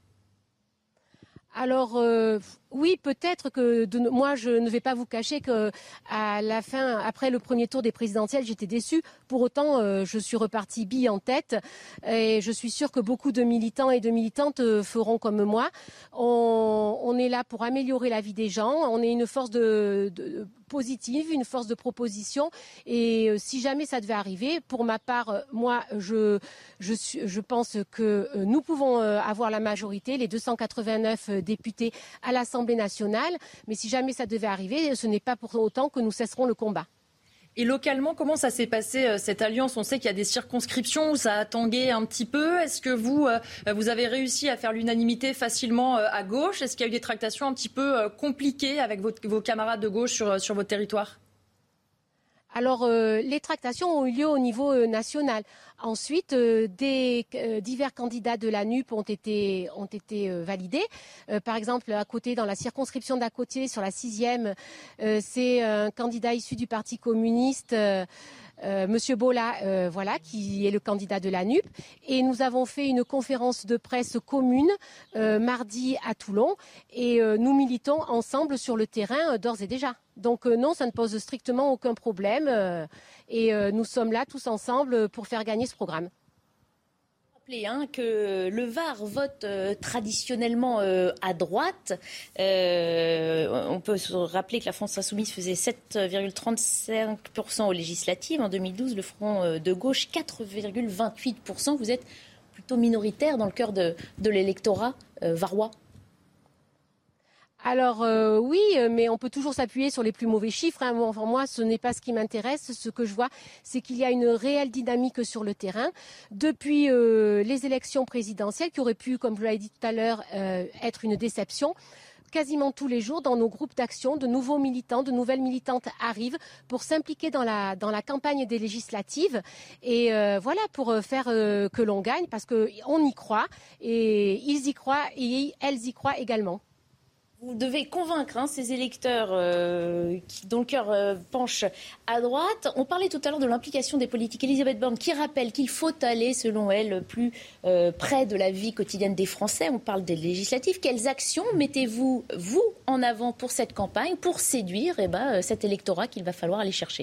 Alors oui, peut-être que moi je ne vais pas vous cacher que à la fin, après le premier tour des présidentielles, j'étais déçue. Pour autant, je suis repartie bille en tête et je suis sûre que beaucoup de militants et de militantes feront comme moi. On est là pour améliorer la vie des gens. On est une force positive, une force de proposition. Et si jamais ça devait arriver, pour ma part, moi, je pense que nous pouvons avoir la majorité, les 289 députés à l'Assemblée nationale. Mais si jamais ça devait arriver, ce n'est pas pour autant que nous cesserons le combat. Et localement, comment ça s'est passé cette alliance? On sait qu'il y a des circonscriptions où ça a tangué un petit peu. Est-ce que vous avez réussi à faire l'unanimité facilement à gauche? Est-ce qu'il y a eu des tractations un petit peu compliquées avec vos camarades de gauche sur votre territoire? Alors, les tractations ont eu lieu au niveau national. Ensuite, divers candidats de la NUP ont été validés. Par exemple, à côté, dans la circonscription d'à côté, sur la 6e, c'est un candidat issu du Parti communiste. Monsieur Bola, qui est le candidat de la NUP. Et nous avons fait une conférence de presse commune mardi à Toulon. Et nous militons ensemble sur le terrain d'ores et déjà. Donc non, ça ne pose strictement aucun problème. Et nous sommes là tous ensemble pour faire gagner ce programme. Que le Var vote traditionnellement à droite. On peut se rappeler que la France Insoumise faisait 7,35% aux législatives. En 2012, le Front de gauche, 4,28%. Vous êtes plutôt minoritaire dans le cœur de l'électorat varois. Alors oui, mais on peut toujours s'appuyer sur les plus mauvais chiffres. Enfin, moi, ce n'est pas ce qui m'intéresse. Ce que je vois, c'est qu'il y a une réelle dynamique sur le terrain. Depuis les élections présidentielles, qui auraient pu, comme je l'avais dit tout à l'heure, être une déception, quasiment tous les jours, dans nos groupes d'action, de nouveaux militants, de nouvelles militantes arrivent pour s'impliquer dans la campagne des législatives et pour faire que l'on gagne, parce qu'on y croit et ils y croient et elles y croient également. Vous devez convaincre ces électeurs dont le cœur penche à droite. On parlait tout à l'heure de l'implication des politiques. Elisabeth Borne qui rappelle qu'il faut aller, selon elle, plus près de la vie quotidienne des Français. On parle des législatives. Quelles actions mettez-vous, vous, en avant pour cette campagne, pour séduire cet électorat qu'il va falloir aller chercher ?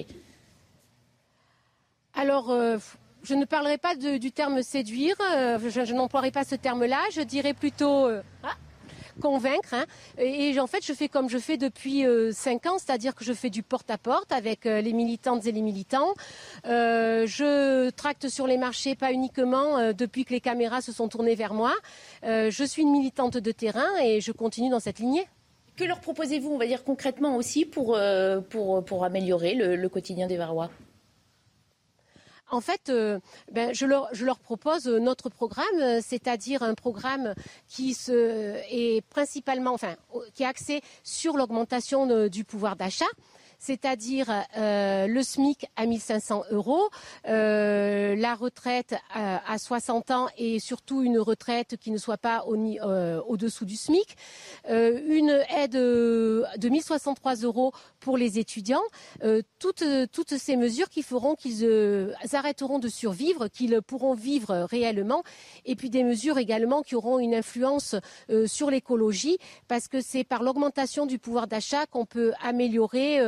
Alors, je ne parlerai pas du terme séduire. Je n'emploierai pas ce terme-là. Je dirais plutôt... convaincre. Et en fait, je fais comme je fais depuis 5 ans, c'est-à-dire que je fais du porte-à-porte avec les militantes et les militants. Je tracte sur les marchés, pas uniquement depuis que les caméras se sont tournées vers moi. Je suis une militante de terrain et je continue dans cette lignée. Que leur proposez-vous, on va dire concrètement aussi, pour améliorer le quotidien des Varois ? En fait, je leur propose notre programme, c'est-à-dire un programme qui est principalement, qui est axé sur l'augmentation du pouvoir d'achat. C'est-à-dire le SMIC à 1 500 €, la retraite à 60 ans et surtout une retraite qui ne soit pas au-dessous du SMIC, une aide de 1 063 € pour les étudiants, toutes ces mesures qui feront qu'ils arrêteront de survivre, qu'ils pourront vivre réellement, et puis des mesures également qui auront une influence sur l'écologie, parce que c'est par l'augmentation du pouvoir d'achat qu'on peut améliorer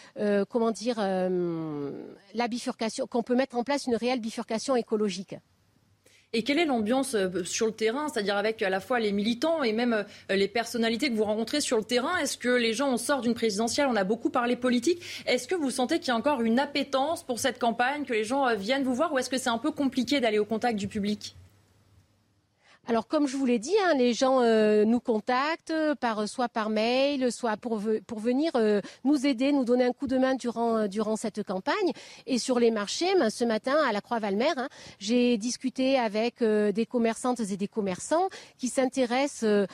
la bifurcation, qu'on peut mettre en place une réelle bifurcation écologique. Et quelle est l'ambiance sur le terrain, c'est-à-dire avec à la fois les militants et même les personnalités que vous rencontrez sur le terrain ? Est-ce que les gens, on sort d'une présidentielle, on a beaucoup parlé politique, est-ce que vous sentez qu'il y a encore une appétence pour cette campagne, que les gens viennent vous voir, ou est-ce que c'est un peu compliqué d'aller au contact du public ? Alors, comme je vous l'ai dit, les gens nous contactent soit par mail, soit pour venir nous aider, nous donner un coup de main durant cette campagne. Et sur les marchés, ce matin, à la Croix-Valmer, j'ai discuté avec des commerçantes et des commerçants qui s'intéressent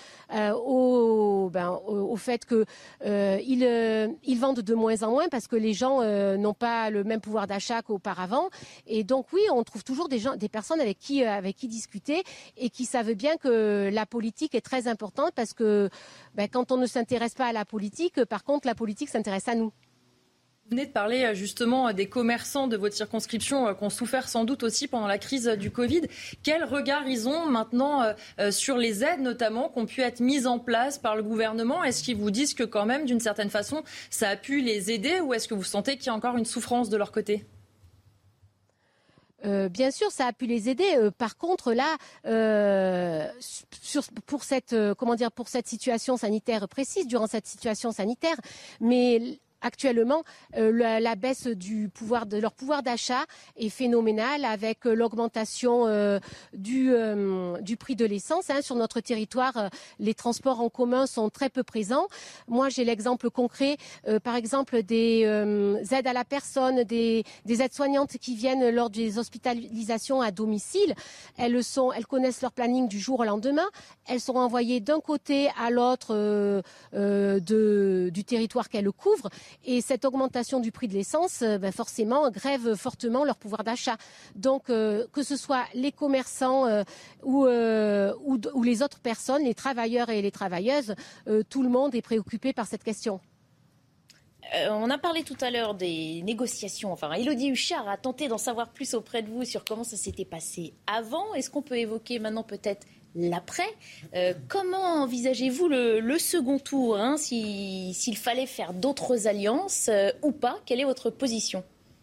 au fait qu'ils vendent de moins en moins parce que les gens n'ont pas le même pouvoir d'achat qu'auparavant. Et donc, oui, on trouve toujours des personnes avec qui discuter et qui savent bien que la politique est très importante parce que quand on ne s'intéresse pas à la politique, par contre, la politique s'intéresse à nous. Vous venez de parler justement des commerçants de votre circonscription qui ont souffert sans doute aussi pendant la crise du Covid. Quel regard ils ont maintenant sur les aides notamment qui ont pu être mises en place par le gouvernement ? Est-ce qu'ils vous disent que quand même, d'une certaine façon, ça a pu les aider, ou est-ce que vous sentez qu'il y a encore une souffrance de leur côté ? Bien sûr, ça a pu les aider. Par contre, là, pour cette situation sanitaire précise, durant cette situation sanitaire, mais actuellement, la baisse de leur pouvoir d'achat est phénoménale avec l'augmentation du prix de l'essence. Sur notre territoire, les transports en commun sont très peu présents. Moi, j'ai l'exemple concret, par exemple, des aides à la personne, des aides-soignantes qui viennent lors des hospitalisations à domicile. Elles connaissent leur planning du jour au lendemain. Elles sont envoyées d'un côté à l'autre du territoire qu'elles couvrent. Et cette augmentation du prix de l'essence, forcément, grève fortement leur pouvoir d'achat. Donc, que ce soit les commerçants ou les autres personnes, les travailleurs et les travailleuses, tout le monde est préoccupé par cette question. On a parlé tout à l'heure des négociations. Élodie Huchard a tenté d'en savoir plus auprès de vous sur comment ça s'était passé avant. Est-ce qu'on peut évoquer maintenant peut-être l'après? Comment envisagez-vous le second tour, s'il fallait faire d'autres alliances ou pas? Quelle est votre position?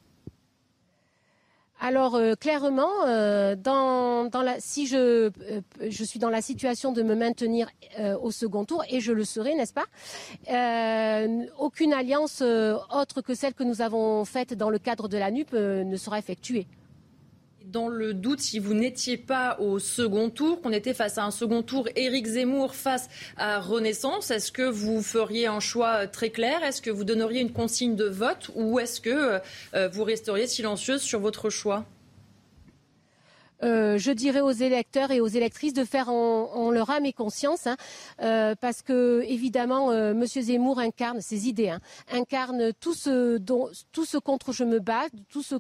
Alors clairement, si je suis dans la situation de me maintenir au second tour, et je le serai, n'est-ce pas, aucune alliance autre que celle que nous avons faite dans le cadre de la NUP ne sera effectuée. Dans le doute, si vous n'étiez pas au second tour, qu'on était face à un second tour Éric Zemmour face à Renaissance, est-ce que vous feriez un choix très clair? Est-ce que vous donneriez une consigne de vote, ou est-ce que vous resteriez silencieuse sur votre choix? je dirais aux électeurs et aux électrices de faire en leur âme et conscience, parce que évidemment, Monsieur Zemmour incarne ses idées, incarne tout ce contre je me bats, tout ce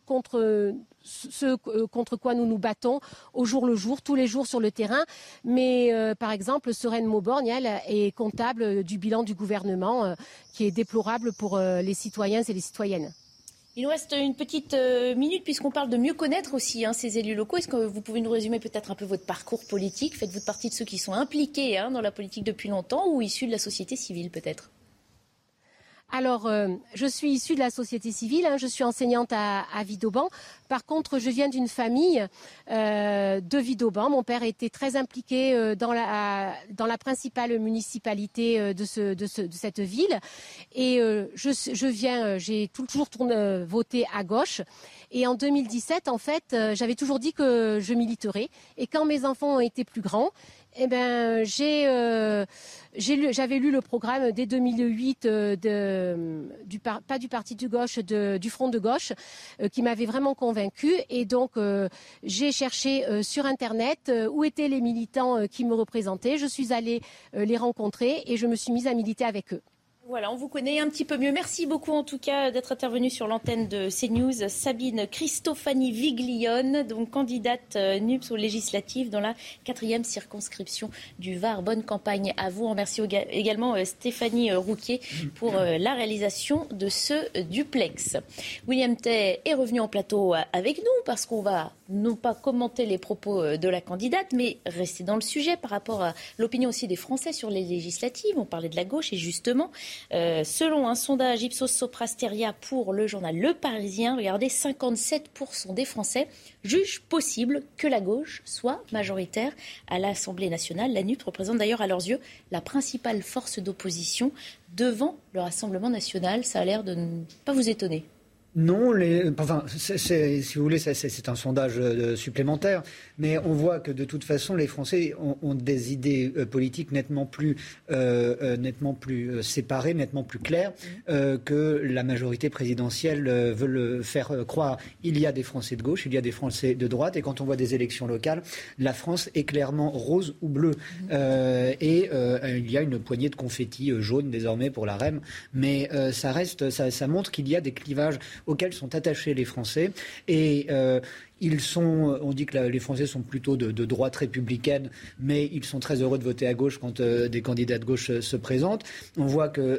contre quoi nous nous battons au jour le jour, tous les jours sur le terrain. Mais par exemple, Sereine Mauborgne, elle, est comptable du bilan du gouvernement, qui est déplorable pour les citoyens et les citoyennes. Il nous reste une petite minute puisqu'on parle de mieux connaître aussi ces élus locaux. Est-ce que vous pouvez nous résumer peut-être un peu votre parcours politique ? Faites-vous partie de ceux qui sont impliqués dans la politique depuis longtemps ou issus de la société civile peut-être ? Alors, je suis issue de la société civile, je suis enseignante à Vidauban. Par contre, je viens d'une famille de Vidauban. Mon père était très impliqué dans la principale municipalité de cette ville. Et j'ai toujours voté à gauche. Et en 2017, en fait, j'avais toujours dit que je militerais. Et quand mes enfants ont été plus grands, j'avais lu le programme dès 2008 pas du parti de gauche, du Front de gauche, qui m'avait vraiment convaincue. Et donc, j'ai cherché sur Internet où étaient les militants qui me représentaient. Je suis allée les rencontrer et je me suis mise à militer avec eux. Voilà, on vous connaît un petit peu mieux. Merci beaucoup en tout cas d'être intervenue sur l'antenne de CNews. Sabine Cristofani Viglione, donc candidate NUPS aux législatives dans la 4e circonscription du Var. Bonne campagne à vous. On remercie également Stéphanie Rouquier pour la réalisation de ce duplex. William Tay est revenu en plateau avec nous parce qu'on va non pas commenter les propos de la candidate, mais rester dans le sujet par rapport à l'opinion aussi des Français sur les législatives. On parlait de la gauche et justement... selon un sondage Ipsos Soprasteria pour le journal Le Parisien, regardez, 57% des Français jugent possible que la gauche soit majoritaire à l'Assemblée nationale. La NUPS représente d'ailleurs à leurs yeux la principale force d'opposition devant le Rassemblement national. Ça a l'air de ne pas vous étonner. Non, si vous voulez, c'est un sondage supplémentaire, mais on voit que de toute façon, les Français ont des idées politiques nettement plus séparées, nettement plus claires que la majorité présidentielle veut le faire croire. Il y a des Français de gauche, il y a des Français de droite, et quand on voit des élections locales, la France est clairement rose ou bleue. Il y a une poignée de confettis jaunes désormais pour la REM, mais ça montre qu'il y a des clivages auxquels sont attachés les Français. Et on dit que les Français sont plutôt de droite républicaine, mais ils sont très heureux de voter à gauche quand des candidats de gauche se présentent. On voit que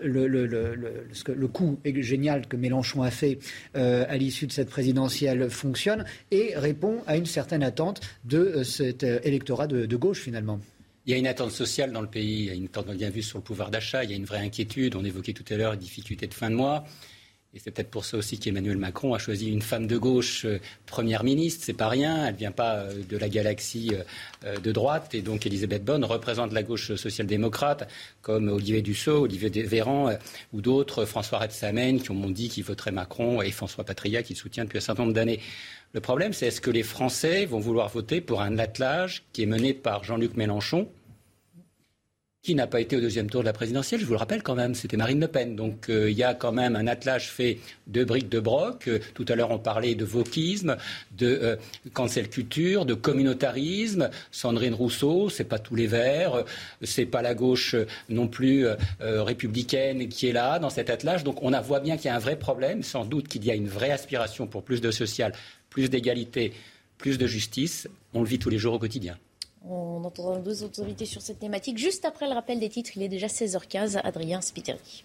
le coup génial que Mélenchon a fait à l'issue de cette présidentielle fonctionne et répond à une certaine attente de cet électorat de gauche finalement. Il y a une attente sociale dans le pays, il y a une attente bien vue sur le pouvoir d'achat, il y a une vraie inquiétude. On évoquait tout à l'heure les difficultés de fin de mois. Et c'est peut-être pour ça aussi qu'Emmanuel Macron a choisi une femme de gauche première ministre. C'est pas rien. Elle ne vient pas de la galaxie de droite. Et donc Elisabeth Borne représente la gauche social-démocrate, comme Olivier Dussopt, Olivier Véran ou d'autres, François Rebsamen, qui m'ont dit qu'ils voteraient Macron, et François Patriat, qui le soutient depuis un certain nombre d'années. Le problème, c'est est-ce que les Français vont vouloir voter pour un attelage qui est mené par Jean-Luc Mélenchon, qui n'a pas été au deuxième tour de la présidentielle, je vous le rappelle quand même, c'était Marine Le Pen. Donc il y a quand même un attelage fait de briques de broc. Tout à l'heure on parlait de wokisme, de cancel culture, de communautarisme. Sandrine Rousseau, c'est pas tous les Verts, c'est pas la gauche non plus républicaine qui est là dans cet attelage. Donc on voit bien qu'il y a un vrai problème, sans doute qu'il y a une vraie aspiration pour plus de social, plus d'égalité, plus de justice. On le vit tous les jours au quotidien. On entendra deux autres invités sur cette thématique. Juste après le rappel des titres, il est déjà 16h15. Adrien Spiteri.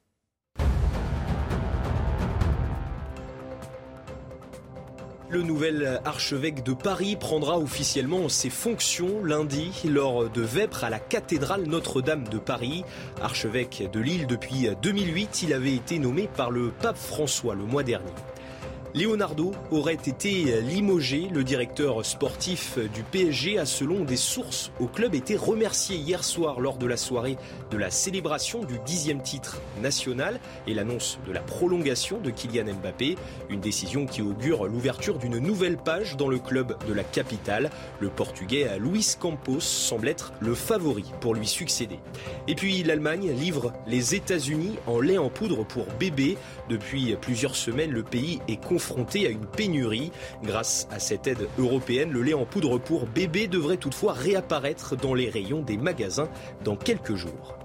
Le nouvel archevêque de Paris prendra officiellement ses fonctions lundi lors de vêpres à la cathédrale Notre-Dame de Paris. Archevêque de Lille depuis 2008, il avait été nommé par le pape François le mois dernier. Leonardo aurait été limogé. Le directeur sportif du PSG a, selon des sources au club, été remercié hier soir lors de la soirée de la célébration du 10e titre national et l'annonce de la prolongation de Kylian Mbappé. Une décision qui augure l'ouverture d'une nouvelle page dans le club de la capitale. Le Portugais Luis Campos semble être le favori pour lui succéder. Et puis l'Allemagne livre les États-Unis en lait en poudre pour bébés. Depuis plusieurs semaines, le pays est confronté confrontés à une pénurie. Grâce à cette aide européenne, le lait en poudre pour bébé devrait toutefois réapparaître dans les rayons des magasins dans quelques jours.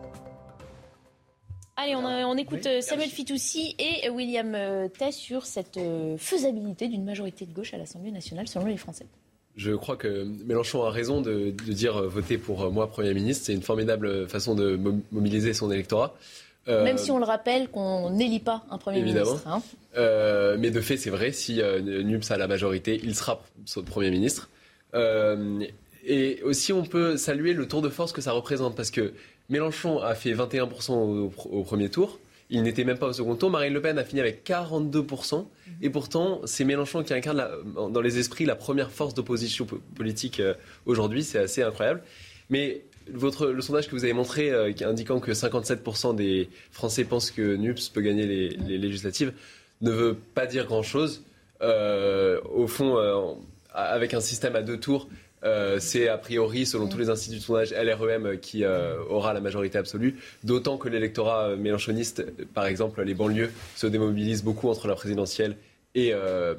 Allez, on écoute Samuel Fitoussi et William Tay sur cette faisabilité d'une majorité de gauche à l'Assemblée nationale selon les Français. Je crois que Mélenchon a raison de dire votez pour moi Premier ministre. C'est une formidable façon de mobiliser son électorat. Même si on le rappelle qu'on n'élit pas un Premier ministre. Hein. Mais de fait, c'est vrai, si NUPS a la majorité, il sera Premier ministre. Et aussi, on peut saluer le tour de force que ça représente, parce que Mélenchon a fait 21% au premier tour. Il n'était même pas au second tour. Marine Le Pen a fini avec 42%. Et pourtant, c'est Mélenchon qui incarne dans les esprits la première force d'opposition politique aujourd'hui. C'est assez incroyable. Mais le sondage que vous avez montré, indiquant que 57% des Français pensent que NUPS peut gagner les législatives, ne veut pas dire grand-chose. Au fond, avec un système à deux tours, c'est a priori, selon tous les instituts de sondage, LREM qui aura la majorité absolue. D'autant que l'électorat mélenchoniste, par exemple, les banlieues, se démobilisent beaucoup entre la présidentielle et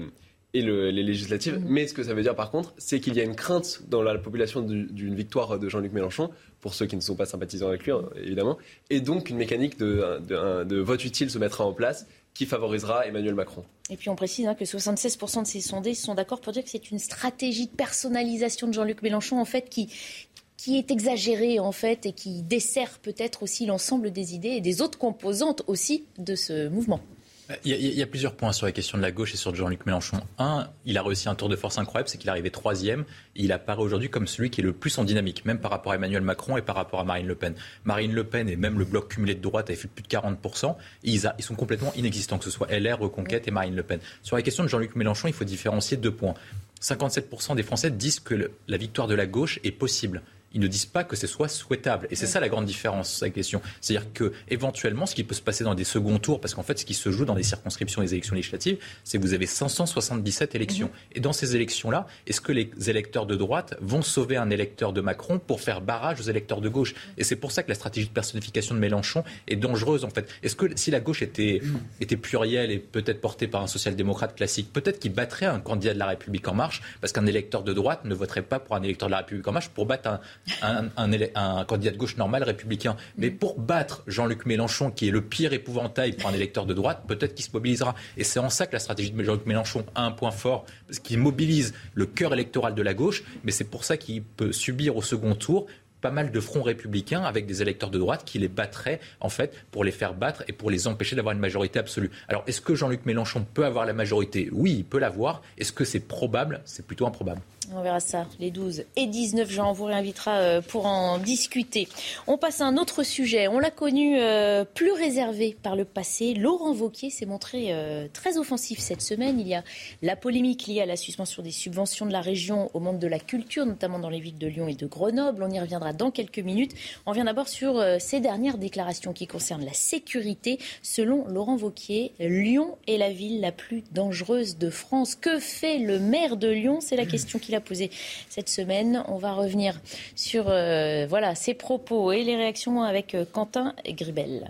les législatives. Mais ce que ça veut dire, par contre, c'est qu'il y a une crainte dans la population d'une victoire de Jean-Luc Mélenchon, pour ceux qui ne sont pas sympathisants avec lui, évidemment. Et donc, une mécanique de vote utile se mettra en place qui favorisera Emmanuel Macron. Et puis on précise que 76% de ces sondés sont d'accord pour dire que c'est une stratégie de personnalisation de Jean-Luc Mélenchon, en fait, qui est exagérée, en fait, et qui dessert peut-être aussi l'ensemble des idées et des autres composantes aussi de ce mouvement. Il y a plusieurs points sur la question de la gauche et sur Jean-Luc Mélenchon. Un, il a réussi un tour de force incroyable, c'est qu'il est arrivé 3e. Et il apparaît aujourd'hui comme celui qui est le plus en dynamique, même par rapport à Emmanuel Macron et par rapport à Marine Le Pen. Marine Le Pen et même le bloc cumulé de droite avaient fait plus de 40%. Et ils sont complètement inexistants, que ce soit LR, Reconquête et Marine Le Pen. Sur la question de Jean-Luc Mélenchon, il faut différencier 2 points. 57% des Français disent que la victoire de la gauche est possible. Ils ne disent pas que ce soit souhaitable. Et c'est ça la grande différence avec la question. C'est-à-dire qu'éventuellement, ce qui peut se passer dans des seconds tours, parce qu'en fait, ce qui se joue dans des circonscriptions des élections législatives, c'est que vous avez 577 élections. Et dans ces élections-là, est-ce que les électeurs de droite vont sauver un électeur de Macron pour faire barrage aux électeurs de gauche ? Et c'est pour ça que la stratégie de personnification de Mélenchon est dangereuse, en fait. Est-ce que si la gauche était plurielle et peut-être portée par un social-démocrate classique, peut-être qu'il battrait un candidat de la République En Marche, parce qu'un électeur de droite ne voterait pas pour un électeur de la République En Marche pour battre un candidat de gauche normal républicain. Mais pour battre Jean-Luc Mélenchon, qui est le pire épouvantail pour un électeur de droite, peut-être qu'il se mobilisera. Et c'est en ça que la stratégie de Jean-Luc Mélenchon a un point fort, parce qu'il mobilise le cœur électoral de la gauche, mais c'est pour ça qu'il peut subir au second tour pas mal de fronts républicains avec des électeurs de droite qui les battraient, en fait, pour les faire battre et pour les empêcher d'avoir une majorité absolue. Alors, est-ce que Jean-Luc Mélenchon peut avoir la majorité ? Oui, il peut l'avoir. Est-ce que c'est probable ? C'est plutôt improbable. On verra ça les 12 et 19 juin. On vous réinvitera pour en discuter. On passe à un autre sujet. On l'a connu plus réservé par le passé. Laurent Wauquiez s'est montré très offensif cette semaine. Il y a la polémique liée à la suspension des subventions de la région au monde de la culture, notamment dans les villes de Lyon et de Grenoble. On y reviendra dans quelques minutes. On revient d'abord sur ces dernières déclarations qui concernent la sécurité. Selon Laurent Wauquiez, Lyon est la ville la plus dangereuse de France. Que fait le maire de Lyon ? C'est la question qu'il a posée cette semaine. On va revenir sur ses propos et les réactions avec Quentin Gribel.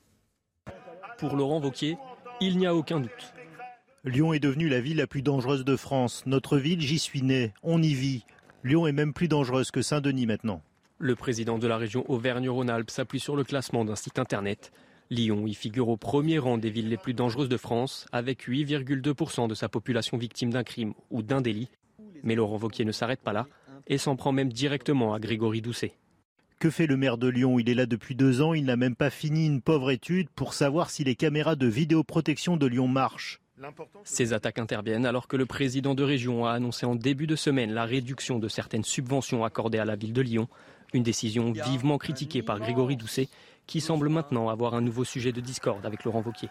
Pour Laurent Wauquiez, il n'y a aucun doute. Lyon est devenue la ville la plus dangereuse de France. Notre ville, j'y suis né, on y vit. Lyon est même plus dangereuse que Saint-Denis maintenant. Le président de la région Auvergne-Rhône-Alpes s'appuie sur le classement d'un site internet. Lyon y figure au premier rang des villes les plus dangereuses de France, avec 8,2% de sa population victime d'un crime ou d'un délit. Mais Laurent Wauquiez ne s'arrête pas là et s'en prend même directement à Grégory Doucet. Que fait le maire de Lyon ? Il est là depuis 2 ans, il n'a même pas fini une pauvre étude pour savoir si les caméras de vidéoprotection de Lyon marchent. Ces attaques interviennent alors que le président de région a annoncé en début de semaine la réduction de certaines subventions accordées à la ville de Lyon. Une décision vivement critiquée par Grégory Doucet, qui semble maintenant avoir un nouveau sujet de discorde avec Laurent Wauquiez.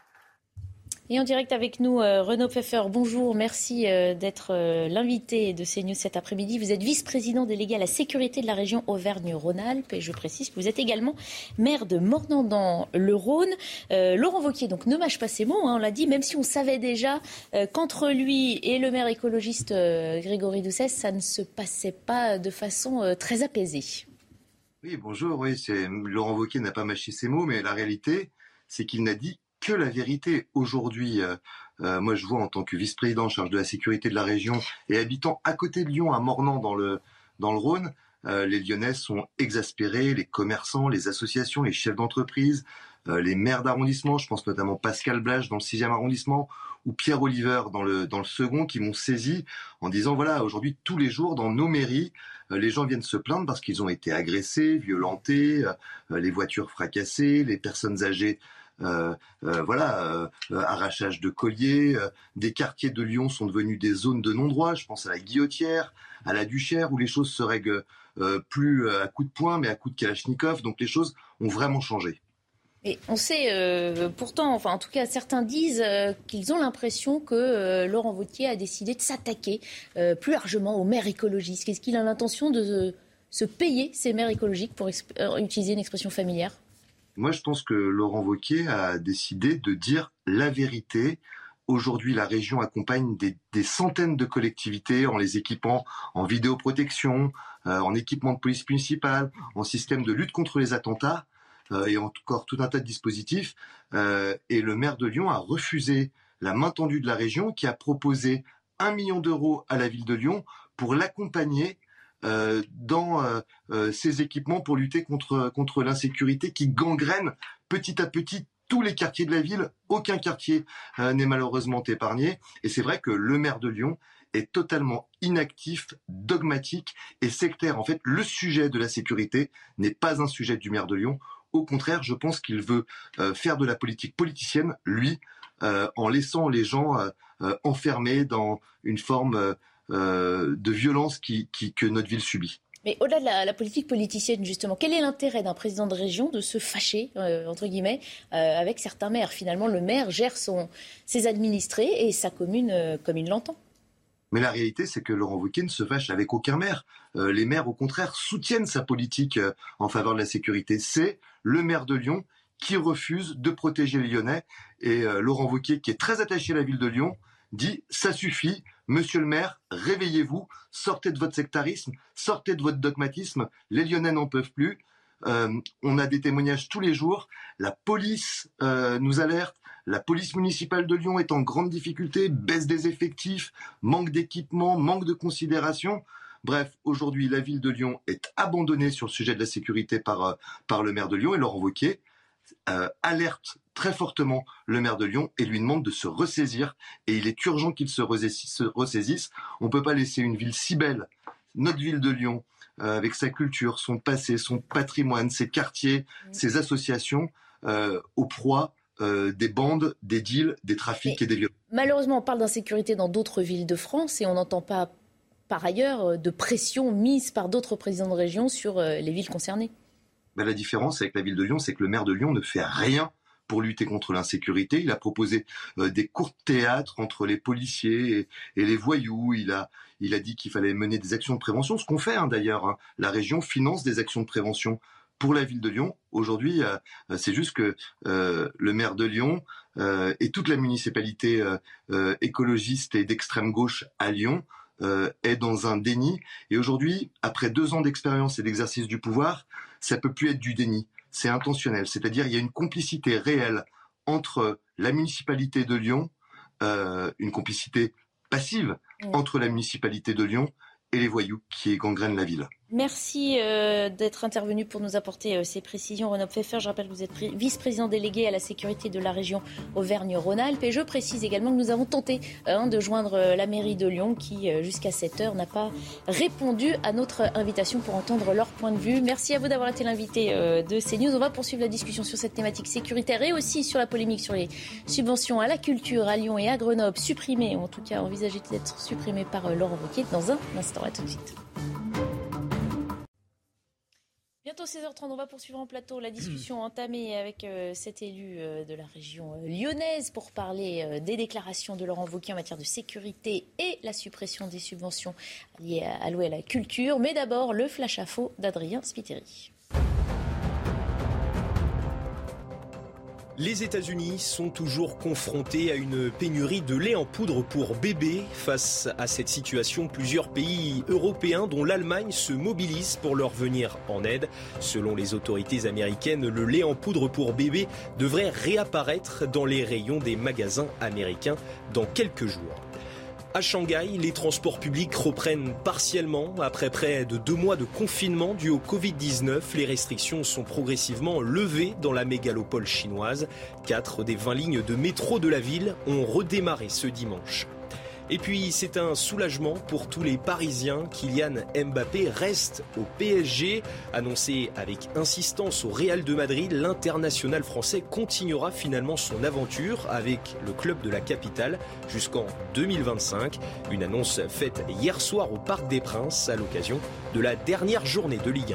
Et en direct avec nous, Renaud Pfeffer, bonjour, merci d'être l'invité de CNews cet après-midi. Vous êtes vice-président délégué à la sécurité de la région Auvergne-Rhône-Alpes et je précise que vous êtes également maire de Mornan-dans-le-Rhône. Laurent Wauquiez donc ne mâche pas ses mots, on l'a dit, même si on savait déjà qu'entre lui et le maire écologiste Grégory Doucet, ça ne se passait pas de façon très apaisée. Oui, bonjour, Laurent Wauquiez n'a pas mâché ses mots, mais la réalité, c'est qu'il n'a dit que la vérité. Aujourd'hui, moi je vois en tant que vice-président en charge de la sécurité de la région et habitant à côté de Lyon, à Mornan dans le Rhône, les Lyonnais sont exaspérés, les commerçants, les associations, les chefs d'entreprise, les maires d'arrondissement, je pense notamment Pascal Blage dans le 6e arrondissement ou Pierre Oliver dans le second, qui m'ont saisi en disant voilà, aujourd'hui tous les jours dans nos mairies, les gens viennent se plaindre parce qu'ils ont été agressés, violentés, les voitures fracassées, les personnes âgées arrachage de colliers, des quartiers de Lyon sont devenus des zones de non-droit, je pense à la Guillotière, à la Duchère, où les choses se règlent plus à coups de poing, mais à coups de Kalachnikov, donc les choses ont vraiment changé. Et on sait pourtant, enfin en tout cas certains disent qu'ils ont l'impression que Laurent Wauquiez a décidé de s'attaquer plus largement aux maires écologistes. Est-ce qu'il a l'intention de se payer ces maires écologiques, pour utiliser une expression familière ? Moi, je pense que Laurent Wauquiez a décidé de dire la vérité. Aujourd'hui, la région accompagne des centaines de collectivités en les équipant en vidéoprotection, en équipement de police municipale, en système de lutte contre les attentats et encore tout un tas de dispositifs. Et le maire de Lyon a refusé la main tendue de la région qui a proposé 1 million d'euros à la ville de Lyon pour l'accompagner dans ces équipements pour lutter contre l'insécurité qui gangrène petit à petit tous les quartiers de la ville. Aucun quartier n'est malheureusement épargné. Et c'est vrai que le maire de Lyon est totalement inactif, dogmatique et sectaire. En fait, le sujet de la sécurité n'est pas un sujet du maire de Lyon. Au contraire, je pense qu'il veut faire de la politique politicienne, lui, en laissant les gens enfermés dans une forme de violence que notre ville subit. Mais au-delà de la politique politicienne, justement, quel est l'intérêt d'un président de région de se fâcher, entre guillemets, avec certains maires ? Finalement, le maire gère ses administrés et sa commune comme il l'entend. Mais la réalité, c'est que Laurent Wauquiez ne se fâche avec aucun maire. Les maires, au contraire, soutiennent sa politique en faveur de la sécurité. C'est le maire de Lyon qui refuse de protéger les Lyonnais. Et Laurent Wauquiez, qui est très attaché à la ville de Lyon, dit « ça suffit, monsieur le maire, réveillez-vous, sortez de votre sectarisme, sortez de votre dogmatisme, les Lyonnais n'en peuvent plus ». On a des témoignages tous les jours, la police nous alerte, la police municipale de Lyon est en grande difficulté, baisse des effectifs, manque d'équipement, manque de considération. Bref, aujourd'hui, la ville de Lyon est abandonnée sur le sujet de la sécurité par le maire de Lyon et Laurent Wauquiez alerte très fortement le maire de Lyon et lui demande de se ressaisir. Et il est urgent qu'il se ressaisisse. On ne peut pas laisser une ville si belle, notre ville de Lyon, avec sa culture, son passé, son patrimoine, ses quartiers, ses associations, au proie des bandes, des deals, des trafics et des violences. Malheureusement, on parle d'insécurité dans d'autres villes de France et on n'entend pas, par ailleurs, de pression mise par d'autres présidents de région sur les villes concernées. La différence avec la ville de Lyon, c'est que le maire de Lyon ne fait rien pour lutter contre l'insécurité. Il a proposé des cours de théâtre entre les policiers et les voyous. Il a dit qu'il fallait mener des actions de prévention, ce qu'on fait d'ailleurs. La région finance des actions de prévention pour la ville de Lyon. Aujourd'hui, c'est juste que le maire de Lyon et toute la municipalité écologiste et d'extrême gauche à Lyon est dans un déni. Et aujourd'hui, après 2 ans d'expérience et d'exercice du pouvoir, ça peut plus être du déni. C'est intentionnel. C'est-à-dire, il y a une complicité réelle entre la municipalité de Lyon, une complicité passive entre la municipalité de Lyon et les voyous qui gangrènent la ville. Merci d'être intervenu pour nous apporter ces précisions. Renaud Pfeffer, je rappelle que vous êtes vice-président délégué à la sécurité de la région Auvergne-Rhône-Alpes. Et je précise également que nous avons tenté de joindre la mairie de Lyon qui, jusqu'à 7h, n'a pas répondu à notre invitation pour entendre leur point de vue. Merci à vous d'avoir été l'invité de CNews. On va poursuivre la discussion sur cette thématique sécuritaire et aussi sur la polémique sur les subventions à la culture à Lyon et à Grenoble, supprimées, ou en tout cas envisagées d'être supprimées par Laurent Wauquiez dans un instant. À tout de suite. Bientôt 16h30, on va poursuivre en plateau la discussion entamée avec cet élu de la région lyonnaise pour parler des déclarations de Laurent Wauquiez en matière de sécurité et la suppression des subventions allouées à la culture. Mais d'abord, le flash info d'Adrien Spiteri. Les États-Unis sont toujours confrontés à une pénurie de lait en poudre pour bébés. Face à cette situation, plusieurs pays européens, dont l'Allemagne, se mobilisent pour leur venir en aide. Selon les autorités américaines, le lait en poudre pour bébés devrait réapparaître dans les rayons des magasins américains dans quelques jours. À Shanghai, les transports publics reprennent partiellement. Après près de 2 mois de confinement dû au Covid-19, les restrictions sont progressivement levées dans la mégalopole chinoise. 4 des 20 lignes de métro de la ville ont redémarré ce dimanche. Et puis, c'est un soulagement pour tous les Parisiens. Kylian Mbappé reste au PSG. Annoncé avec insistance au Real de Madrid, l'international français continuera finalement son aventure avec le club de la capitale jusqu'en 2025. Une annonce faite hier soir au Parc des Princes à l'occasion de la dernière journée de Ligue 1.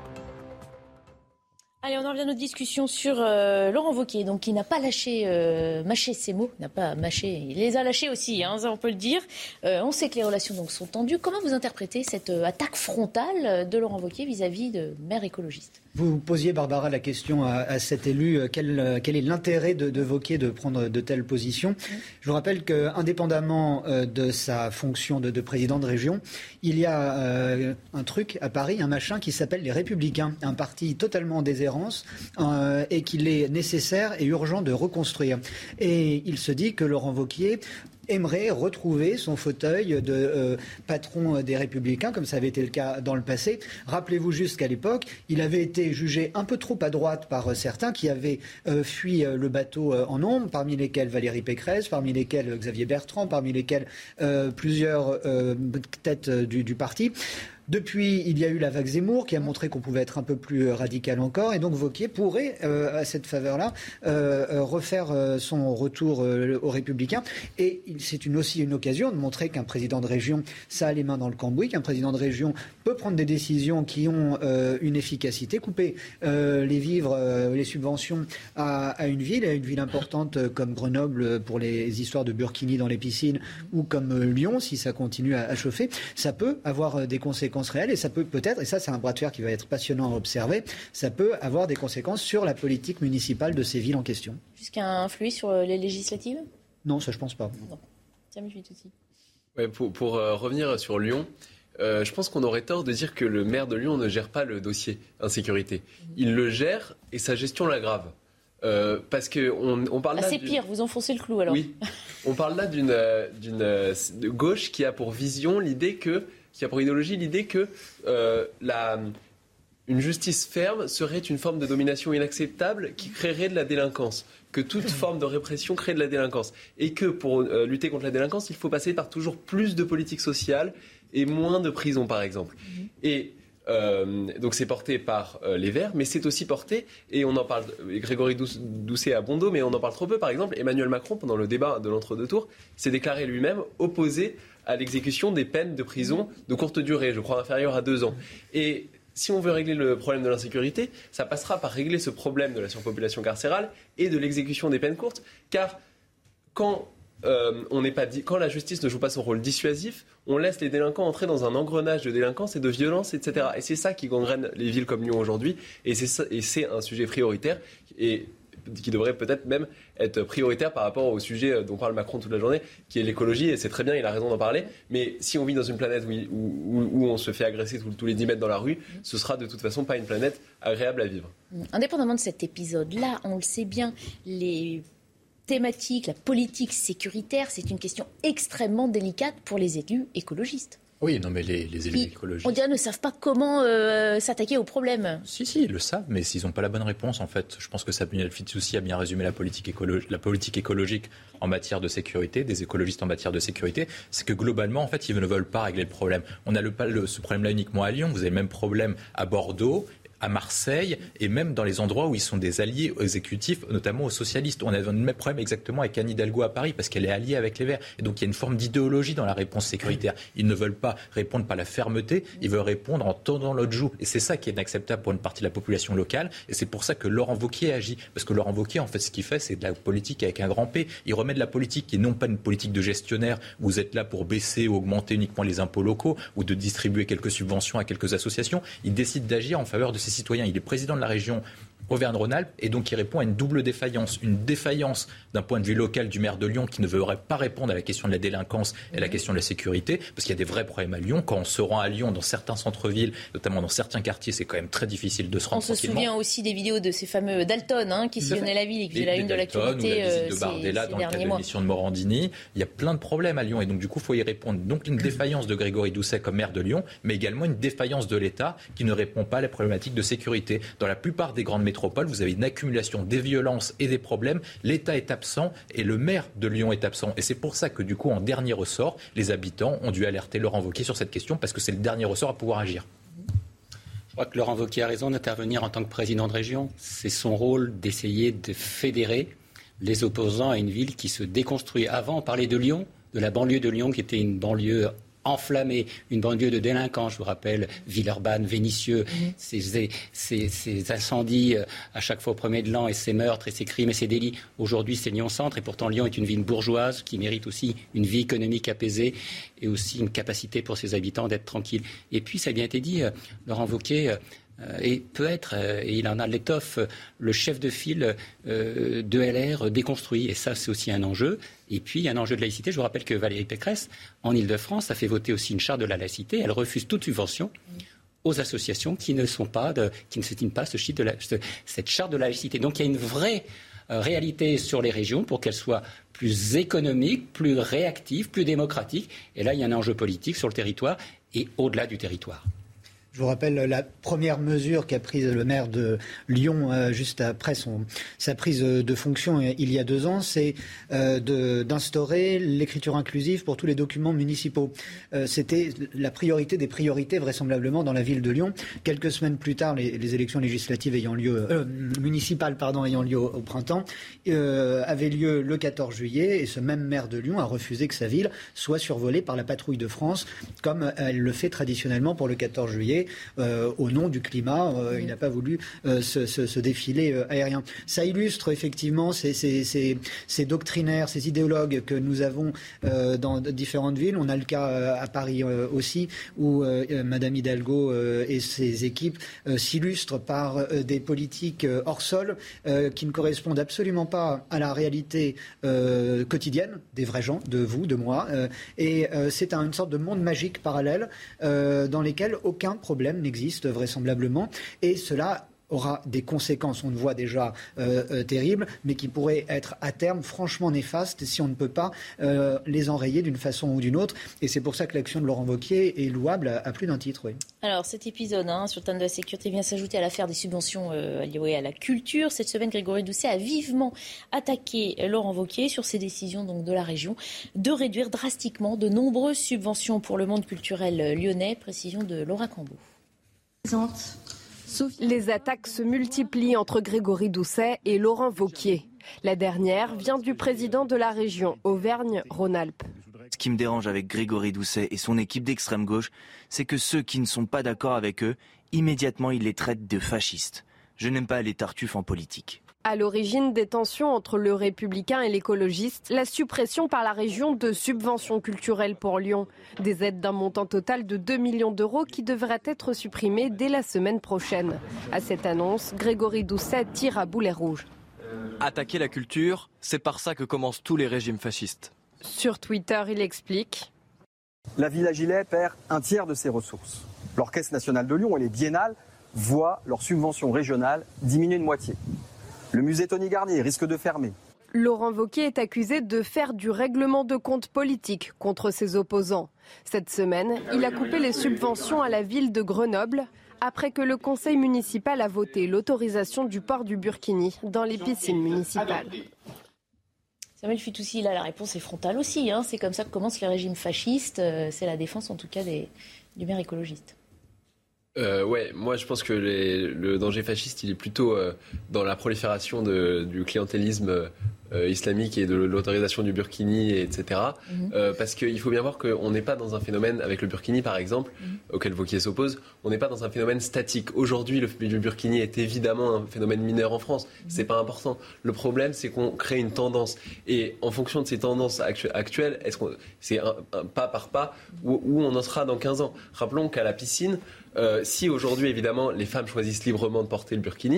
Allez, on en revient à notre discussion sur Laurent Wauquiez, donc qui n'a pas mâché ses mots, n'a pas mâché, il les a lâchés aussi, ça on peut le dire. On sait que les relations donc sont tendues. Comment vous interprétez cette attaque frontale de Laurent Wauquiez vis-à-vis de maires écologistes ? Vous posiez, Barbara, la question à cet élu, quel est l'intérêt de Wauquiez de prendre de telles positions ? Je vous rappelle qu'indépendamment de sa fonction de président de région, il y a un truc à Paris, un machin qui s'appelle les Républicains, un parti totalement en déshérence et qu'il est nécessaire et urgent de reconstruire. Et il se dit que Laurent Wauquiez aimerait retrouver son fauteuil de patron des Républicains, comme ça avait été le cas dans le passé. Rappelez-vous juste qu'à l'époque, il avait été jugé un peu trop à droite par certains qui avaient fui le bateau en ombre, parmi lesquels Valérie Pécresse, parmi lesquels Xavier Bertrand, parmi lesquels plusieurs têtes du parti. Depuis, il y a eu la vague Zemmour qui a montré qu'on pouvait être un peu plus radical encore. Et donc Wauquiez pourrait, à cette faveur-là, refaire son retour aux Républicains. Et c'est aussi une occasion de montrer qu'un président de région, ça a les mains dans le cambouis, qu'un président de région peut prendre des décisions qui ont une efficacité, couper les vivres, les subventions à une ville importante comme Grenoble pour les histoires de burkini dans les piscines, ou comme Lyon, si ça continue à chauffer. Ça peut avoir des conséquences réelles et ça peut peut-être, et ça c'est un bras de fer qui va être passionnant à observer, ça peut avoir des conséquences sur la politique municipale de ces villes en question. Jusqu'à influer sur les législatives ? Non, ça je pense pas. Non. Tiens, je aussi. Ouais, pour revenir sur Lyon, je pense qu'on aurait tort de dire que le maire de Lyon ne gère pas le dossier insécurité. Il le gère et sa gestion l'aggrave. Parce qu'on parle là. C'est pire, vous enfoncez le clou alors. Oui, on parle là d'une gauche qui a pour vision qui a pour idéologie l'idée que une justice ferme serait une forme de domination inacceptable qui créerait de la délinquance, que toute forme de répression crée de la délinquance, et que pour lutter contre la délinquance, il faut passer par toujours plus de politique sociale et moins de prison, par exemple. Et donc c'est porté par les Verts, mais c'est aussi porté, et on en parle, Grégory Doucet à bon dos, mais on en parle trop peu. Par exemple, Emmanuel Macron, pendant le débat de l'entre-deux tours, s'est déclaré lui-même opposé à l'exécution des peines de prison de courte durée, je crois inférieures à 2 ans. Et si on veut régler le problème de l'insécurité, ça passera par régler ce problème de la surpopulation carcérale et de l'exécution des peines courtes, car quand la justice ne joue pas son rôle dissuasif, on laisse les délinquants entrer dans un engrenage de délinquance et de violence, etc. Et c'est ça qui gangrène les villes comme Lyon aujourd'hui, et c'est un sujet prioritaire, et qui devrait peut-être même être prioritaire par rapport au sujet dont parle Macron toute la journée, qui est l'écologie, et c'est très bien, il a raison d'en parler, mais si on vit dans une planète où on se fait agresser tous les 10 mètres dans la rue, ce sera de toute façon pas une planète agréable à vivre. Indépendamment de cet épisode-là, on le sait bien, les thématiques, la politique sécuritaire, c'est une question extrêmement délicate pour les élus écologistes. Oui, non, mais les élus écologistes, on dirait, ne savent pas comment s'attaquer au problème. Si, ils le savent, mais s'ils n'ont pas la bonne réponse, en fait, je pense que Samuel Fitoussi a bien résumé la politique écologique en matière de sécurité, des écologistes en matière de sécurité, c'est que globalement, en fait, ils ne veulent pas régler le problème. On n'a pas ce problème-là uniquement à Lyon, vous avez le même problème à Bordeaux, à Marseille, et même dans les endroits où ils sont des alliés exécutifs, notamment aux socialistes. On a le même problème exactement avec Anne Hidalgo à Paris, parce qu'elle est alliée avec les Verts. Et donc il y a une forme d'idéologie dans la réponse sécuritaire. Ils ne veulent pas répondre par la fermeté, ils veulent répondre en tendant l'autre joue. Et c'est ça qui est inacceptable pour une partie de la population locale. Et c'est pour ça que Laurent Wauquiez agit. Parce que Laurent Wauquiez, en fait, ce qu'il fait, c'est de la politique avec un grand P. Il remet de la politique qui n'est non pas une politique de gestionnaire, où vous êtes là pour baisser ou augmenter uniquement les impôts locaux, ou de distribuer quelques subventions à quelques associations. Il décide d'agir en faveur de ses citoyens. Il est président de la région Auvergne-Rhône-Alpes, et donc qui répond à une double défaillance. Une défaillance d'un point de vue local du maire de Lyon qui ne voudrait pas répondre à la question de la délinquance et la question de la sécurité, parce qu'il y a des vrais problèmes à Lyon. Quand on se rend à Lyon, dans certains centres-villes, notamment dans certains quartiers, c'est quand même très difficile de se rendre tranquillement. On se souvient aussi des vidéos de ces fameux Dalton qui sillonnaient la ville et qui faisaient la une de l'actualité. Ou la visite de Bardella dans le cadre de l'émission de Morandini. Il y a plein de problèmes à Lyon et donc du coup, il faut y répondre. Donc une défaillance de Grégory Doucet comme maire de Lyon, mais également une défaillance de l'État qui ne répond pas à la problématique de sécurité. Dans la plupart des grandes métropoles, vous avez une accumulation des violences et des problèmes. L'État est absent et le maire de Lyon est absent. Et c'est pour ça que du coup, en dernier ressort, les habitants ont dû alerter Laurent Wauquiez sur cette question parce que c'est le dernier ressort à pouvoir agir. Je crois que Laurent Wauquiez a raison d'intervenir en tant que président de région. C'est son rôle d'essayer de fédérer les opposants à une ville qui se déconstruit. Avant, on parlait de Lyon, de la banlieue de Lyon qui était une banlieue enflammée, une banlieue de délinquants, je vous rappelle, Villeurbanne, Vénissieux, ces incendies à chaque fois au premier de l'an et ces meurtres et ces crimes et ces délits. Aujourd'hui, c'est Lyon-Centre et pourtant Lyon est une ville bourgeoise qui mérite aussi une vie économique apaisée et aussi une capacité pour ses habitants d'être tranquilles. Et puis, ça a bien été dit, Laurent Wauquiez et peut être, et il en a l'étoffe, le chef de file de LR déconstruit. Et ça, c'est aussi un enjeu. Et puis, il y a un enjeu de laïcité. Je vous rappelle que Valérie Pécresse, en Ile-de-France, a fait voter aussi une charte de la laïcité. Elle refuse toute subvention aux associations qui ne signent pas cette charte de la laïcité. Donc, il y a une vraie réalité sur les régions pour qu'elles soient plus économiques, plus réactives, plus démocratiques. Et là, il y a un enjeu politique sur le territoire et au-delà du territoire. Je vous rappelle la première mesure qu'a prise le maire de Lyon juste après sa prise de fonction il y a 2 ans, c'est d'instaurer l'écriture inclusive pour tous les documents municipaux. C'était la priorité des priorités vraisemblablement dans la ville de Lyon. Quelques semaines plus tard, les élections législatives municipales ayant lieu au printemps avaient lieu le 14 juillet et ce même maire de Lyon a refusé que sa ville soit survolée par la patrouille de France comme elle le fait traditionnellement pour le 14 juillet. Au nom du climat, il n'a pas voulu ce défilé aérien. Ça illustre effectivement ces doctrinaires, ces idéologues que nous avons dans différentes villes. On a le cas à Paris aussi, où Madame Hidalgo et ses équipes s'illustrent par des politiques hors sol qui ne correspondent absolument pas à la réalité quotidienne des vrais gens, de vous, de moi. Et c'est une sorte de monde magique parallèle dans lesquels aucun problème n'existe vraisemblablement et cela aura des conséquences, on le voit déjà, terribles, mais qui pourraient être à terme franchement néfastes si on ne peut pas les enrayer d'une façon ou d'une autre. Et c'est pour ça que l'action de Laurent Wauquiez est louable à plus d'un titre. Oui. Alors cet épisode sur le thème de la sécurité vient s'ajouter à l'affaire des subventions liées à la culture. Cette semaine, Grégory Doucet a vivement attaqué Laurent Wauquiez sur ses décisions donc, de la région de réduire drastiquement de nombreuses subventions pour le monde culturel lyonnais. Précision de Laura Cambeau. Les attaques se multiplient entre Grégory Doucet et Laurent Wauquiez. La dernière vient du président de la région Auvergne-Rhône-Alpes. Ce qui me dérange avec Grégory Doucet et son équipe d'extrême gauche, c'est que ceux qui ne sont pas d'accord avec eux, immédiatement ils les traitent de fascistes. Je n'aime pas les tartuffes en politique. À l'origine des tensions entre le républicain et l'écologiste, la suppression par la région de subventions culturelles pour Lyon. Des aides d'un montant total de 2 millions d'euros qui devraient être supprimées dès la semaine prochaine. À cette annonce, Grégory Doucet tire à boulet rouge. Attaquer la culture, c'est par ça que commencent tous les régimes fascistes. Sur Twitter, il explique. La Villa Gilet perd un tiers de ses ressources. L'Orchestre national de Lyon et les biennales voient leurs subventions régionales diminuer de moitié. Le musée Tony Garnier risque de fermer. Laurent Wauquiez est accusé de faire du règlement de compte politique contre ses opposants. Cette semaine, il a coupé les subventions à la ville de Grenoble après que le conseil municipal a voté l'autorisation du port du burkini dans les piscines municipales. Samuel Fitoussi, là la réponse est frontale aussi. C'est comme ça que commencent les régimes fascistes. C'est la défense en tout cas du maire écologiste. Moi je pense que le danger fasciste il est plutôt dans la prolifération du clientélisme islamique et de l'autorisation du burkini, etc. Parce qu'il faut bien voir qu'on n'est pas dans un phénomène, avec le burkini par exemple, auquel Wauquiez s'oppose, on n'est pas dans un phénomène statique. Aujourd'hui, le burkini est évidemment un phénomène mineur en France. C'est pas important. Le problème, c'est qu'on crée une tendance. Et en fonction de ces tendances actuelles, c'est un pas par pas où on en sera dans 15 ans. Rappelons qu'à la piscine, si aujourd'hui, évidemment, les femmes choisissent librement de porter le burkini,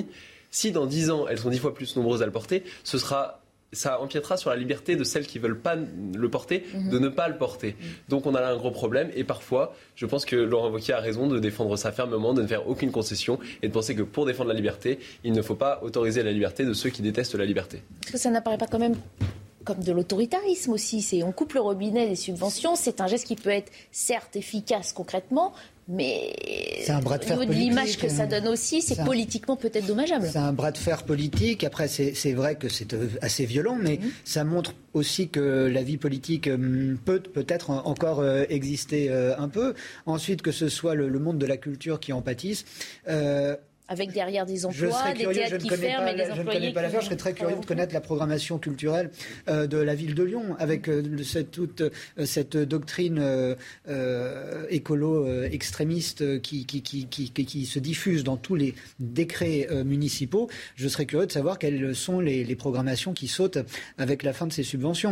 Si dans 10 ans, elles sont 10 fois plus nombreuses à le porter, ça empiétera sur la liberté de celles qui ne veulent pas le porter, de ne pas le porter. Donc on a là un gros problème et parfois, je pense que Laurent Wauquiez a raison de défendre ça fermement, de ne faire aucune concession et de penser que pour défendre la liberté, il ne faut pas autoriser la liberté de ceux qui détestent la liberté. Est-ce que ça n'apparaît pas quand même comme de l'autoritarisme aussi? On coupe le robinet des subventions, c'est un geste qui peut être certes efficace concrètement, mais c'est un bras de fer au niveau de l'image que ça donne aussi, c'est politiquement peut-être dommageable. C'est un bras de fer politique. Après, c'est vrai que c'est assez violent, mais ça montre aussi que la vie politique peut peut-être encore exister un peu. Ensuite, que ce soit le monde de la culture qui en pâtisse. Avec derrière des emplois, des théâtres qui ferment et des employés. Je ne connais pas l'affaire, je serais très curieux de connaître la programmation culturelle de la ville de Lyon, avec toute cette doctrine écolo extrémiste qui se diffuse dans tous les décrets municipaux. Je serais curieux de savoir quelles sont les programmations qui sautent avec la fin de ces subventions.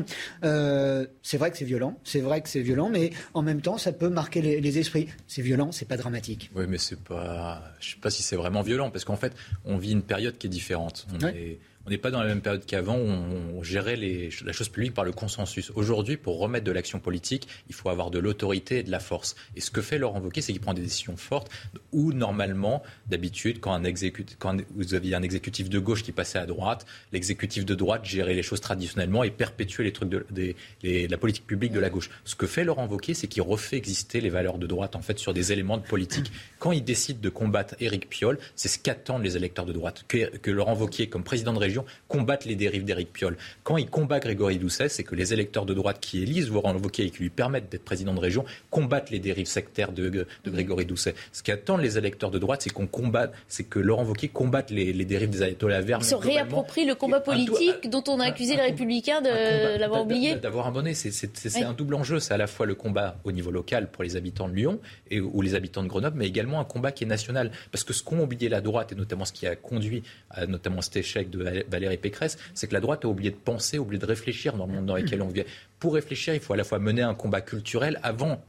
C'est vrai que c'est violent, mais en même temps, ça peut marquer les esprits. C'est violent, c'est pas dramatique. Oui, mais c'est pas. Je sais pas si c'est vraiment violent, parce qu'en fait, on vit une période qui est différente. On n'est pas dans la même période qu'avant où on gérait la chose publique par le consensus. Aujourd'hui, pour remettre de l'action politique, il faut avoir de l'autorité et de la force. Et ce que fait Laurent Wauquiez, c'est qu'il prend des décisions fortes où, normalement, d'habitude, quand vous aviez un exécutif de gauche qui passait à droite, l'exécutif de droite gérait les choses traditionnellement et perpétuait les trucs de la politique publique de la gauche. Ce que fait Laurent Wauquiez, c'est qu'il refait exister les valeurs de droite, en fait, sur des éléments de politique. Quand il décide de combattre Éric Piolle, c'est ce qu'attendent les électeurs de droite. Que Laurent Wauquiez, comme président de région, combattent les dérives d'Éric Piolle. Quand il combat Grégory Doucet, c'est que les électeurs de droite qui élisent Laurent Wauquiez et qui lui permettent d'être président de région combattent les dérives sectaires de Grégory Doucet. Ce qu'attendent les électeurs de droite, c'est que Laurent Wauquiez combatte les dérives des ayatollahs verts. Il se réapproprie le combat politique dont on a accusé les Républicains de l'avoir oublié. D'avoir abandonné. C'est un double enjeu. C'est à la fois le combat au niveau local pour les habitants de Lyon ou les habitants de Grenoble, mais également un combat qui est national. Parce que ce qu'ont oublié la droite, et notamment ce qui a conduit à notamment cet échec de Valérie Pécresse, c'est que la droite a oublié de penser, oublié de réfléchir dans le monde dans lequel on vit. Pour réfléchir, il faut à la fois mener un combat culturel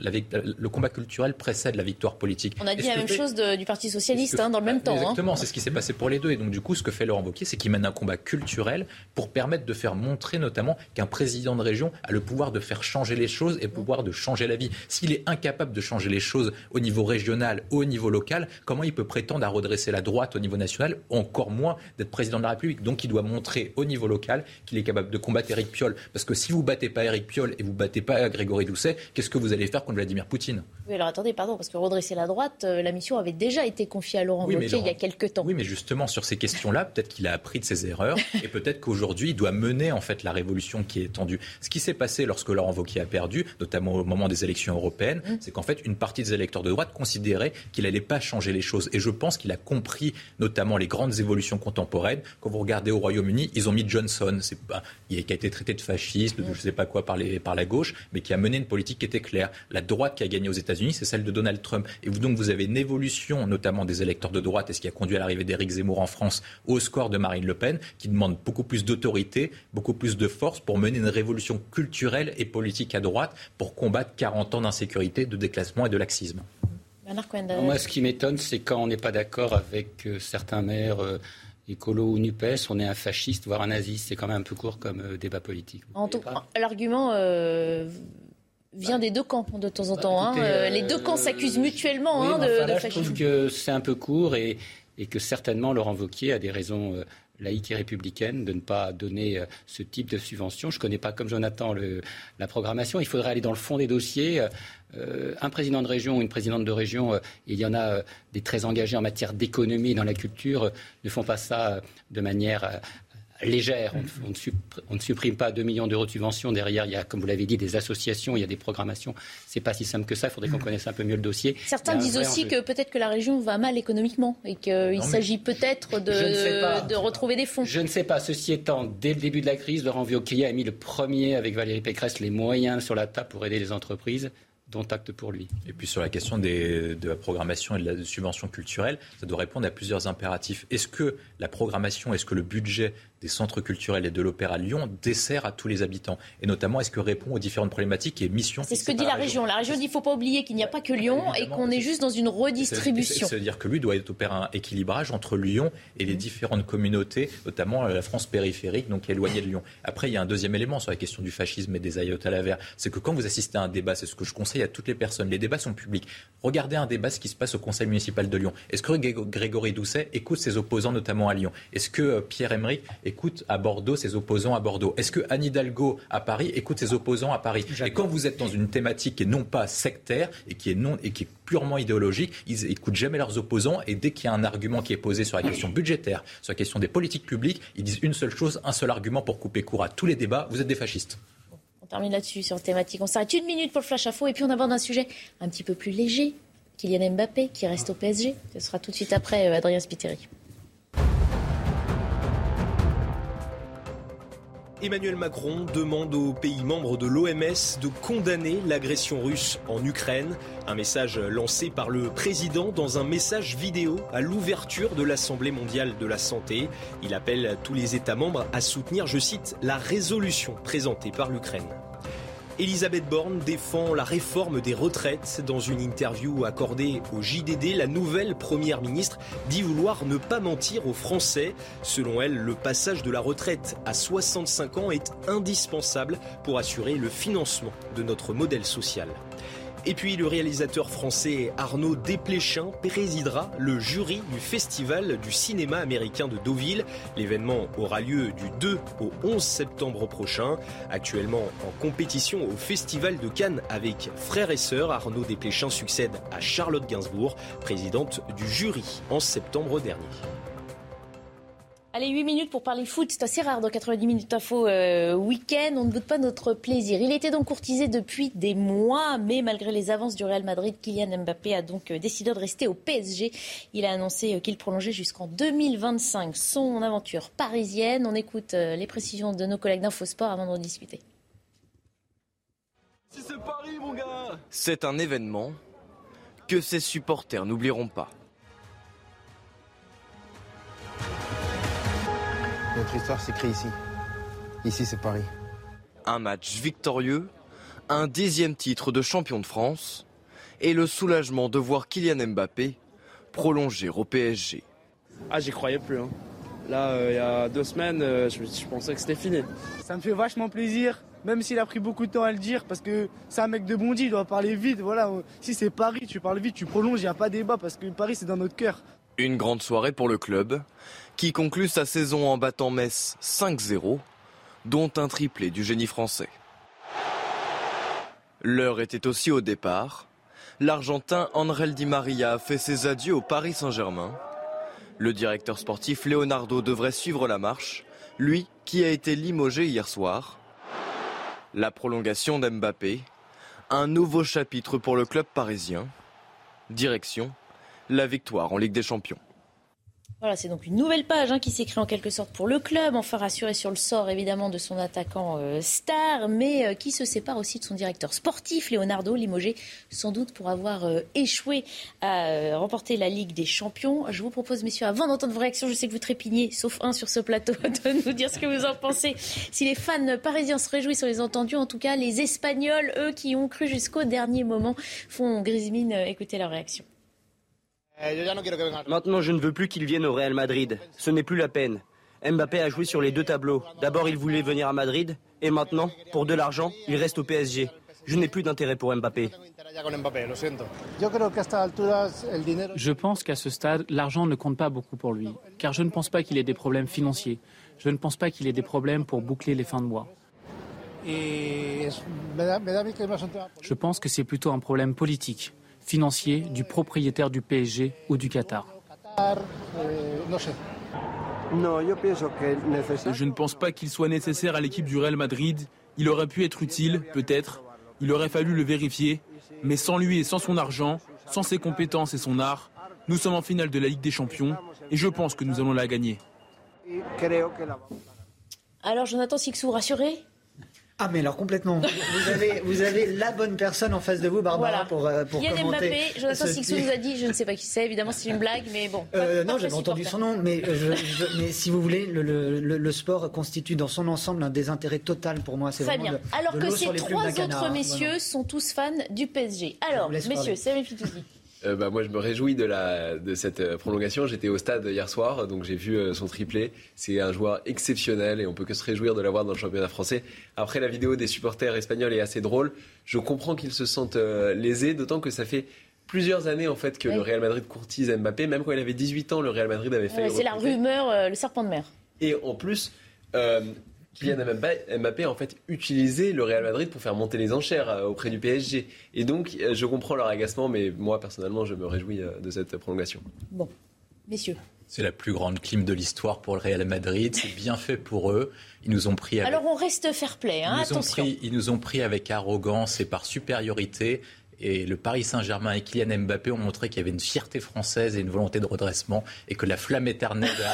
le combat culturel précède la victoire politique. On a dit la même chose du Parti Socialiste dans le même temps. Exactement, c'est ce qui s'est passé pour les deux. Et donc du coup, ce que fait Laurent Wauquiez, c'est qu'il mène un combat culturel pour permettre de faire montrer notamment qu'un président de région a le pouvoir de faire changer les choses et le pouvoir de changer la vie. S'il est incapable de changer les choses au niveau régional ou au niveau local, comment il peut prétendre à redresser la droite au niveau national, encore moins d'être président de la République? Donc il doit montrer au niveau local qu'il est capable de combattre Éric Piolle. Parce que si vous battez pas Éric Piolle et vous battez pas Grégory Doucet, qu'est-ce que vous allez faire contre Vladimir Poutine? Oui, alors attendez, parce que redresser la droite, la mission avait déjà été confiée à Laurent Wauquiez il y a quelques temps. Oui, mais justement, sur ces questions-là, peut-être qu'il a appris de ses erreurs et peut-être qu'aujourd'hui, il doit mener en fait la révolution qui est tendue. Ce qui s'est passé lorsque Laurent Wauquiez a perdu, notamment au moment des élections européennes, c'est qu'en fait, une partie des électeurs de droite considérait qu'il n'allait pas changer les choses. Et je pense qu'il a compris notamment les grandes évolutions contemporaines. Quand vous regardez au Royaume-Uni, ils ont mis Johnson, qui a été traité de fasciste, de je ne sais pas quoi par la gauche, mais qui a mené une politique qui était claire. La droite qui a gagné aux États-Unis, c'est celle de Donald Trump. Et donc vous avez une évolution, notamment des électeurs de droite, et ce qui a conduit à l'arrivée d'Éric Zemmour en France, au score de Marine Le Pen, qui demande beaucoup plus d'autorité, beaucoup plus de force pour mener une révolution culturelle et politique à droite, pour combattre 40 ans d'insécurité, de déclassement et de laxisme. Moi, ce qui m'étonne, c'est quand on n'est pas d'accord avec certains maires écolo ou NUPES, on est un fasciste, voire un naziste. C'est quand même un peu court comme débat politique. L'argument vient des deux camps de temps en temps. Les deux camps s'accusent mutuellement de fascisme. Je trouve que c'est un peu court et que certainement Laurent Wauquiez a des raisons laïques et républicaines de ne pas donner ce type de subvention. Je ne connais pas comme Jonathan la programmation. Il faudrait aller dans le fond des dossiers. Un président de région ou une présidente de région, il y en a des très engagés en matière d'économie dans la culture, ne font pas ça de manière légère. On ne supprime pas 2 millions d'euros de subventions. Derrière, il y a, comme vous l'avez dit, des associations, il y a des programmations. C'est pas si simple que ça. Il faudrait qu'on connaisse un peu mieux le dossier. Certains disent aussi que peut-être que la région va mal économiquement et qu'il s'agit peut-être de retrouver des fonds. Je ne sais pas. Ceci étant, dès le début de la crise, Laurent Wauquiez a mis le premier, avec Valérie Pécresse, les moyens sur la table pour aider les entreprises. dont acte pour lui. Et puis sur la question de la programmation et de la subvention culturelle, ça doit répondre à plusieurs impératifs. Est-ce que la programmation, est-ce que le budget des centres culturels et de l'Opéra Lyon dessert à tous les habitants? Et notamment, est-ce que répond aux différentes problématiques et missions? C'est ce que dit la région. La région dit qu'il ne faut pas oublier qu'il n'y a pas que Lyon et qu'on est juste dans une redistribution. C'est-à-dire que lui doit opérer un équilibrage entre Lyon et les différentes communautés, notamment la France périphérique, donc éloignée de Lyon. Après, il y a un deuxième élément sur la question du fascisme et des aïeux à la verre. C'est que quand vous assistez à un débat, c'est ce que je conseille à toutes les personnes, les débats sont publics. Regardez un débat, ce qui se passe au conseil municipal de Lyon. Est-ce que Grégory Doucet écoute ses opposants, notamment à Lyon? Est-ce que Pierre Emerick écoute à Bordeaux ses opposants à Bordeaux? Est-ce que Anne Hidalgo à Paris écoute ses opposants à Paris? Et quand vous êtes dans une thématique qui est non pas sectaire et qui est purement idéologique, ils n'écoutent jamais leurs opposants, et dès qu'il y a un argument qui est posé sur la question budgétaire, sur la question des politiques publiques, ils disent une seule chose, un seul argument pour couper court à tous les débats: vous êtes des fascistes. On termine là-dessus sur la thématique. On s'arrête 1 minute pour le Flash Info et puis on aborde un sujet un petit peu plus léger. Kylian Mbappé qui reste au PSG. Ce sera tout de suite après Adrien Spiteri. Emmanuel Macron demande aux pays membres de l'OMS de condamner l'agression russe en Ukraine. Un message lancé par le président dans un message vidéo à l'ouverture de l'Assemblée mondiale de la santé. Il appelle tous les États membres à soutenir, je cite, la résolution présentée par l'Ukraine. Elisabeth Borne défend la réforme des retraites. Dans une interview accordée au JDD, la nouvelle première ministre dit vouloir ne pas mentir aux Français. Selon elle, le passage de la retraite à 65 ans est indispensable pour assurer le financement de notre modèle social. Et puis le réalisateur français Arnaud Desplechin présidera le jury du Festival du cinéma américain de Deauville. L'événement aura lieu du 2 au 11 septembre prochain. Actuellement en compétition au Festival de Cannes avec Frères et Sœurs, Arnaud Desplechin succède à Charlotte Gainsbourg, présidente du jury en septembre dernier. Allez, 8 minutes pour parler foot, c'est assez rare dans 90 minutes info week-end, on ne boude pas notre plaisir. Il était donc courtisé depuis des mois, mais malgré les avances du Real Madrid, Kylian Mbappé a donc décidé de rester au PSG. Il a annoncé qu'il prolongeait jusqu'en 2025 son aventure parisienne. On écoute les précisions de nos collègues d'Infosport avant d'en discuter. Si c'est Paris, mon gars! C'est un événement que ses supporters n'oublieront pas. Notre histoire s'écrit ici. Ici, c'est Paris. Un match victorieux, un 10e titre de champion de France et le soulagement de voir Kylian Mbappé prolonger au PSG. Ah, j'y croyais plus. Hein. Là, il y a 2 semaines, je pensais que c'était fini. Ça me fait vachement plaisir, même s'il a pris beaucoup de temps à le dire, parce que c'est un mec de Bondy, il doit parler vite. Voilà. Si c'est Paris, tu parles vite, tu prolonges, il n'y a pas débat, parce que Paris, c'est dans notre cœur. Une grande soirée pour le club, qui conclut sa saison en battant Metz 5-0, dont un triplé du génie français. L'heure était aussi au départ. L'Argentin Ángel Di María a fait ses adieux au Paris Saint-Germain. Le directeur sportif Leonardo devrait suivre la marche, lui qui a été limogé hier soir. La prolongation d'Mbappé, un nouveau chapitre pour le club parisien. Direction la victoire en Ligue des Champions. Voilà, c'est donc une nouvelle page qui s'écrit en quelque sorte pour le club, enfin rassuré sur le sort évidemment de son attaquant star, mais qui se sépare aussi de son directeur sportif, Leonardo, limogé sans doute pour avoir échoué à remporter la Ligue des Champions. Je vous propose, messieurs, avant d'entendre vos réactions, je sais que vous trépignez, sauf un sur ce plateau, de nous dire ce que vous en pensez. Si les fans parisiens se réjouissent, on les a entendus, en tout cas les Espagnols, eux, qui ont cru jusqu'au dernier moment, font grise mine. Écoutez leur réaction. Maintenant, je ne veux plus qu'il vienne au Real Madrid. Ce n'est plus la peine. Mbappé a joué sur les 2 tableaux. D'abord, il voulait venir à Madrid. Et maintenant, pour de l'argent, il reste au PSG. Je n'ai plus d'intérêt pour Mbappé. Je pense qu'à ce stade, l'argent ne compte pas beaucoup pour lui. Car je ne pense pas qu'il ait des problèmes financiers. Je ne pense pas qu'il ait des problèmes pour boucler les fins de mois. Je pense que c'est plutôt un problème politique, financier, du propriétaire du PSG ou du Qatar. Je ne pense pas qu'il soit nécessaire à l'équipe du Real Madrid. Il aurait pu être utile, peut-être. Il aurait fallu le vérifier. Mais sans lui et sans son argent, sans ses compétences et son art, nous sommes en finale de la Ligue des Champions et je pense que nous allons la gagner. Alors Jonathan Sixou, rassuré ? Ah mais alors complètement. Vous avez la bonne personne en face de vous, Barbara, pour Kylian commenter. Mbappé, Jonathan Sixou nous a dit, je ne sais pas qui c'est, évidemment c'est une blague, mais bon. Non, j'avais entendu son nom, mais si vous voulez, le sport constitue dans son ensemble un désintérêt total pour moi. C'est très vraiment bien. Alors de que l'eau ces sur les plumes 3 d'un canard, autres messieurs sont tous fans du PSG. Alors, messieurs, Samuel Fitoussi. Moi, je me réjouis de cette prolongation. J'étais au stade hier soir, donc j'ai vu son triplé. C'est un joueur exceptionnel et on peut que se réjouir de l'avoir dans le championnat français. Après, la vidéo des supporters espagnols est assez drôle. Je comprends qu'ils se sentent lésés, d'autant que ça fait plusieurs années en fait que le Real Madrid courtise Mbappé. Même quand il avait 18 ans, le Real Madrid avait fait. C'est la rumeur, le serpent de mer. Et en plus. Kylian Mbappé en fait utilisé le Real Madrid pour faire monter les enchères auprès du PSG. Et donc je comprends leur agacement, mais moi personnellement je me réjouis de cette prolongation. Bon, messieurs. C'est la plus grande clim de l'histoire pour le Real Madrid. C'est bien fait pour eux. Ils nous ont pris. Alors on reste fair play, attention. Ils nous ont pris avec arrogance et par supériorité. Et le Paris Saint-Germain et Kylian Mbappé ont montré qu'il y avait une fierté française et une volonté de redressement et que la flamme éternelle de la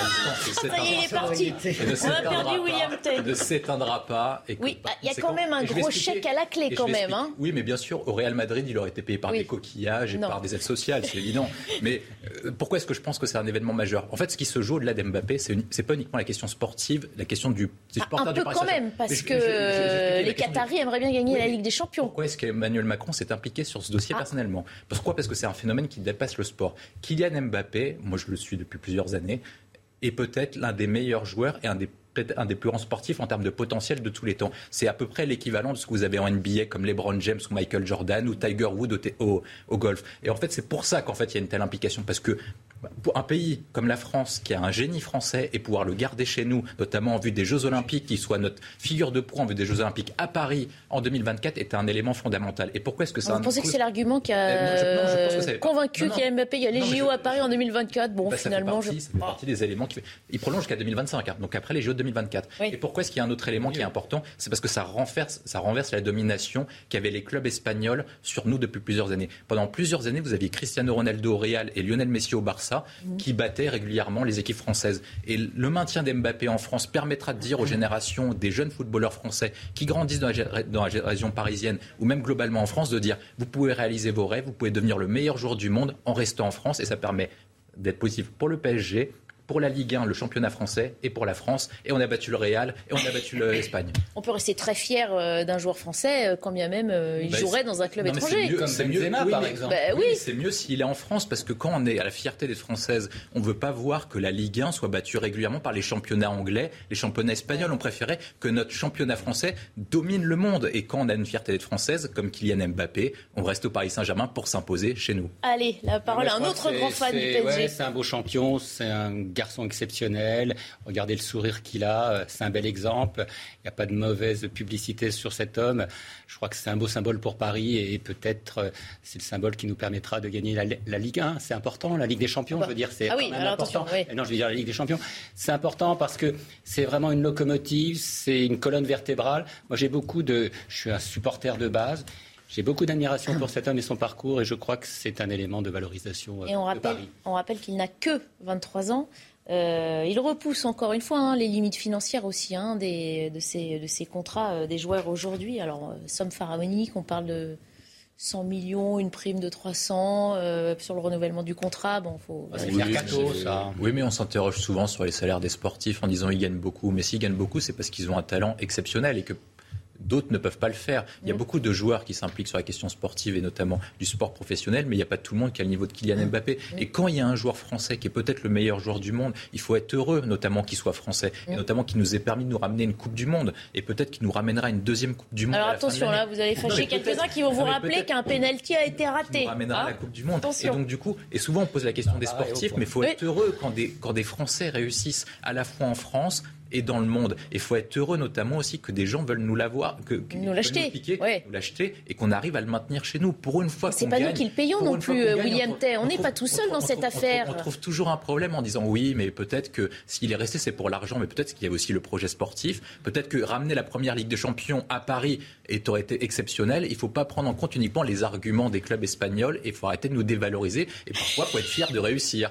résistance ne s'éteindra pas. Oui, il y a quand même un gros chèque à la clé quand même. Oui, mais bien sûr, au Real Madrid, il aurait été payé par des coquillages et par des aides sociales, c'est évident. Mais pourquoi est-ce que je pense que c'est un événement majeur ? En fait, ce qui se joue au-delà d'Mbappé, c'est pas uniquement la question sportive, la question des supporters du Paris Saint-Germain. Un peu quand même, parce que les Qataris aimeraient bien gagner la Ligue des Champions. Pourquoi est-ce qu'Emmanuel Macron s'est impliqué sur ce dossier personnellement? Pourquoi ? Parce que c'est un phénomène qui dépasse le sport. Kylian Mbappé, moi je le suis depuis plusieurs années, est peut-être l'un des meilleurs joueurs et un des plus grands sportifs en termes de potentiel de tous les temps. C'est à peu près l'équivalent de ce que vous avez en NBA comme LeBron James ou Michael Jordan ou Tiger Woods au golf. Et en fait, c'est pour ça qu'en fait, il y a une telle implication. Parce que pour un pays comme la France, qui a un génie français, et pouvoir le garder chez nous, notamment en vue des Jeux Olympiques, qui soit notre figure de proue en vue des Jeux Olympiques à Paris en 2024, est un élément fondamental. Et pourquoi est-ce que ça... Vous pensez que c'est l'argument qui a convaincu Kylian Mbappé, il y a les JO à Paris en 2024. Bon, finalement... Ça fait partie des éléments qui... Il prolonge jusqu'à 2025, donc après les Jeux 2024. Oui. Et pourquoi est-ce qu'il y a un autre élément qui est important ? C'est parce que ça renverse la domination qu'avaient les clubs espagnols sur nous depuis plusieurs années. Pendant plusieurs années, vous aviez Cristiano Ronaldo au Real et Lionel Messi au Barça qui battaient régulièrement les équipes françaises. Et le maintien d'Mbappé en France permettra de dire aux générations des jeunes footballeurs français qui grandissent dans la région parisienne ou même globalement en France de dire vous pouvez réaliser vos rêves, vous pouvez devenir le meilleur joueur du monde en restant en France, et ça permet d'être positif pour le PSG, pour la Ligue 1, le championnat français, et pour la France. Et on a battu le Real, et on a battu l'Espagne. On peut rester très fier d'un joueur français, quand bien même il jouerait dans un club étranger. C'est mieux, par exemple. Oui. C'est mieux s'il est en France, parce que quand on est à la fierté d'être française, on ne veut pas voir que la Ligue 1 soit battue régulièrement par les championnats anglais, les championnats espagnols. On préférait que notre championnat français domine le monde. Et quand on a une fierté d'être française, comme Kylian Mbappé, on reste au Paris Saint-Germain pour s'imposer chez nous. Allez, la parole à un autre grand fan du PSG. C'est un beau champion, c'est un garçon exceptionnel. Regardez le sourire qu'il a, c'est un bel exemple. Il n'y a pas de mauvaise publicité sur cet homme. Je crois que c'est un beau symbole pour Paris et peut-être c'est le symbole qui nous permettra de gagner la Ligue 1. C'est important, la Ligue des Champions, je veux dire, c'est important. Non, je veux dire la Ligue des Champions. C'est important parce que c'est vraiment une locomotive, c'est une colonne vertébrale. Moi, je suis un supporter de base. J'ai beaucoup d'admiration pour cet homme et son parcours, et je crois que c'est un élément de valorisation de Paris. On rappelle qu'il n'a que 23 ans. Il repousse encore une fois les limites financières aussi de ces contrats des joueurs aujourd'hui. Alors, somme pharaonique, on parle de 100 millions, une prime de 300 sur le renouvellement du contrat. Bon, faut... Oui, mais on s'interroge souvent sur les salaires des sportifs en disant ils gagnent beaucoup. Mais s'ils gagnent beaucoup, c'est parce qu'ils ont un talent exceptionnel et que d'autres ne peuvent pas le faire. Il y a beaucoup de joueurs qui s'impliquent sur la question sportive et notamment du sport professionnel, mais il n'y a pas tout le monde qui a le niveau de Kylian Mbappé. Et quand il y a un joueur français qui est peut-être le meilleur joueur du monde, il faut être heureux, notamment qu'il soit français, et notamment qu'il nous ait permis de nous ramener une Coupe du Monde, et peut-être qu'il nous ramènera une deuxième Coupe du Monde. Alors attention, là, vous allez fâcher quelques-uns qui vont vous rappeler qu'un pénalty a été raté. Il nous ramènera la Coupe du Monde. Attention. Et donc du coup, et souvent on pose la question des sportifs, mais il faut être heureux quand des Français réussissent à la fois en France et dans le monde. Il faut être heureux notamment aussi que des gens veulent nous l'avoir, nous l'acheter, nous l'acheter, et qu'on arrive à le maintenir chez nous. Pour une fois c'est pas nous qui le payons non plus, William Tay. On n'est pas tout seul dans cette affaire. On trouve toujours un problème en disant oui, mais peut-être que s'il est resté, c'est pour l'argent, mais peut-être qu'il y a aussi le projet sportif. Peut-être que ramener la première Ligue des Champions à Paris aurait été exceptionnel. Il ne faut pas prendre en compte uniquement les arguments des clubs espagnols, et il faut arrêter de nous dévaloriser. Et parfois, il faut être fier de réussir.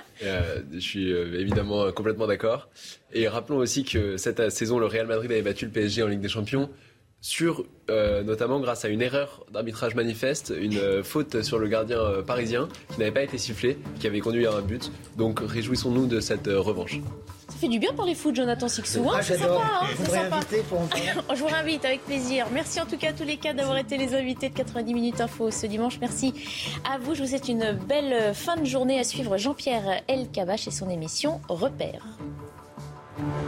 Je suis évidemment complètement d'accord. Et rappelons aussi que cette saison, le Real Madrid avait battu le PSG en Ligue des Champions. notamment grâce à une erreur d'arbitrage manifeste, une faute sur le gardien parisien qui n'avait pas été sifflé, qui avait conduit à un but. Donc réjouissons-nous de cette revanche. Ça fait du bien parler foot, Jonathan Sixou. Hein, c'est sympa. C'est sympa. Je vous réinvite avec plaisir. Merci en tout cas à tous les cas d'avoir été les invités de 90 minutes info ce dimanche. Merci à vous. Je vous souhaite une belle fin de journée. À suivre Jean-Pierre Elkabbach et son émission Repères.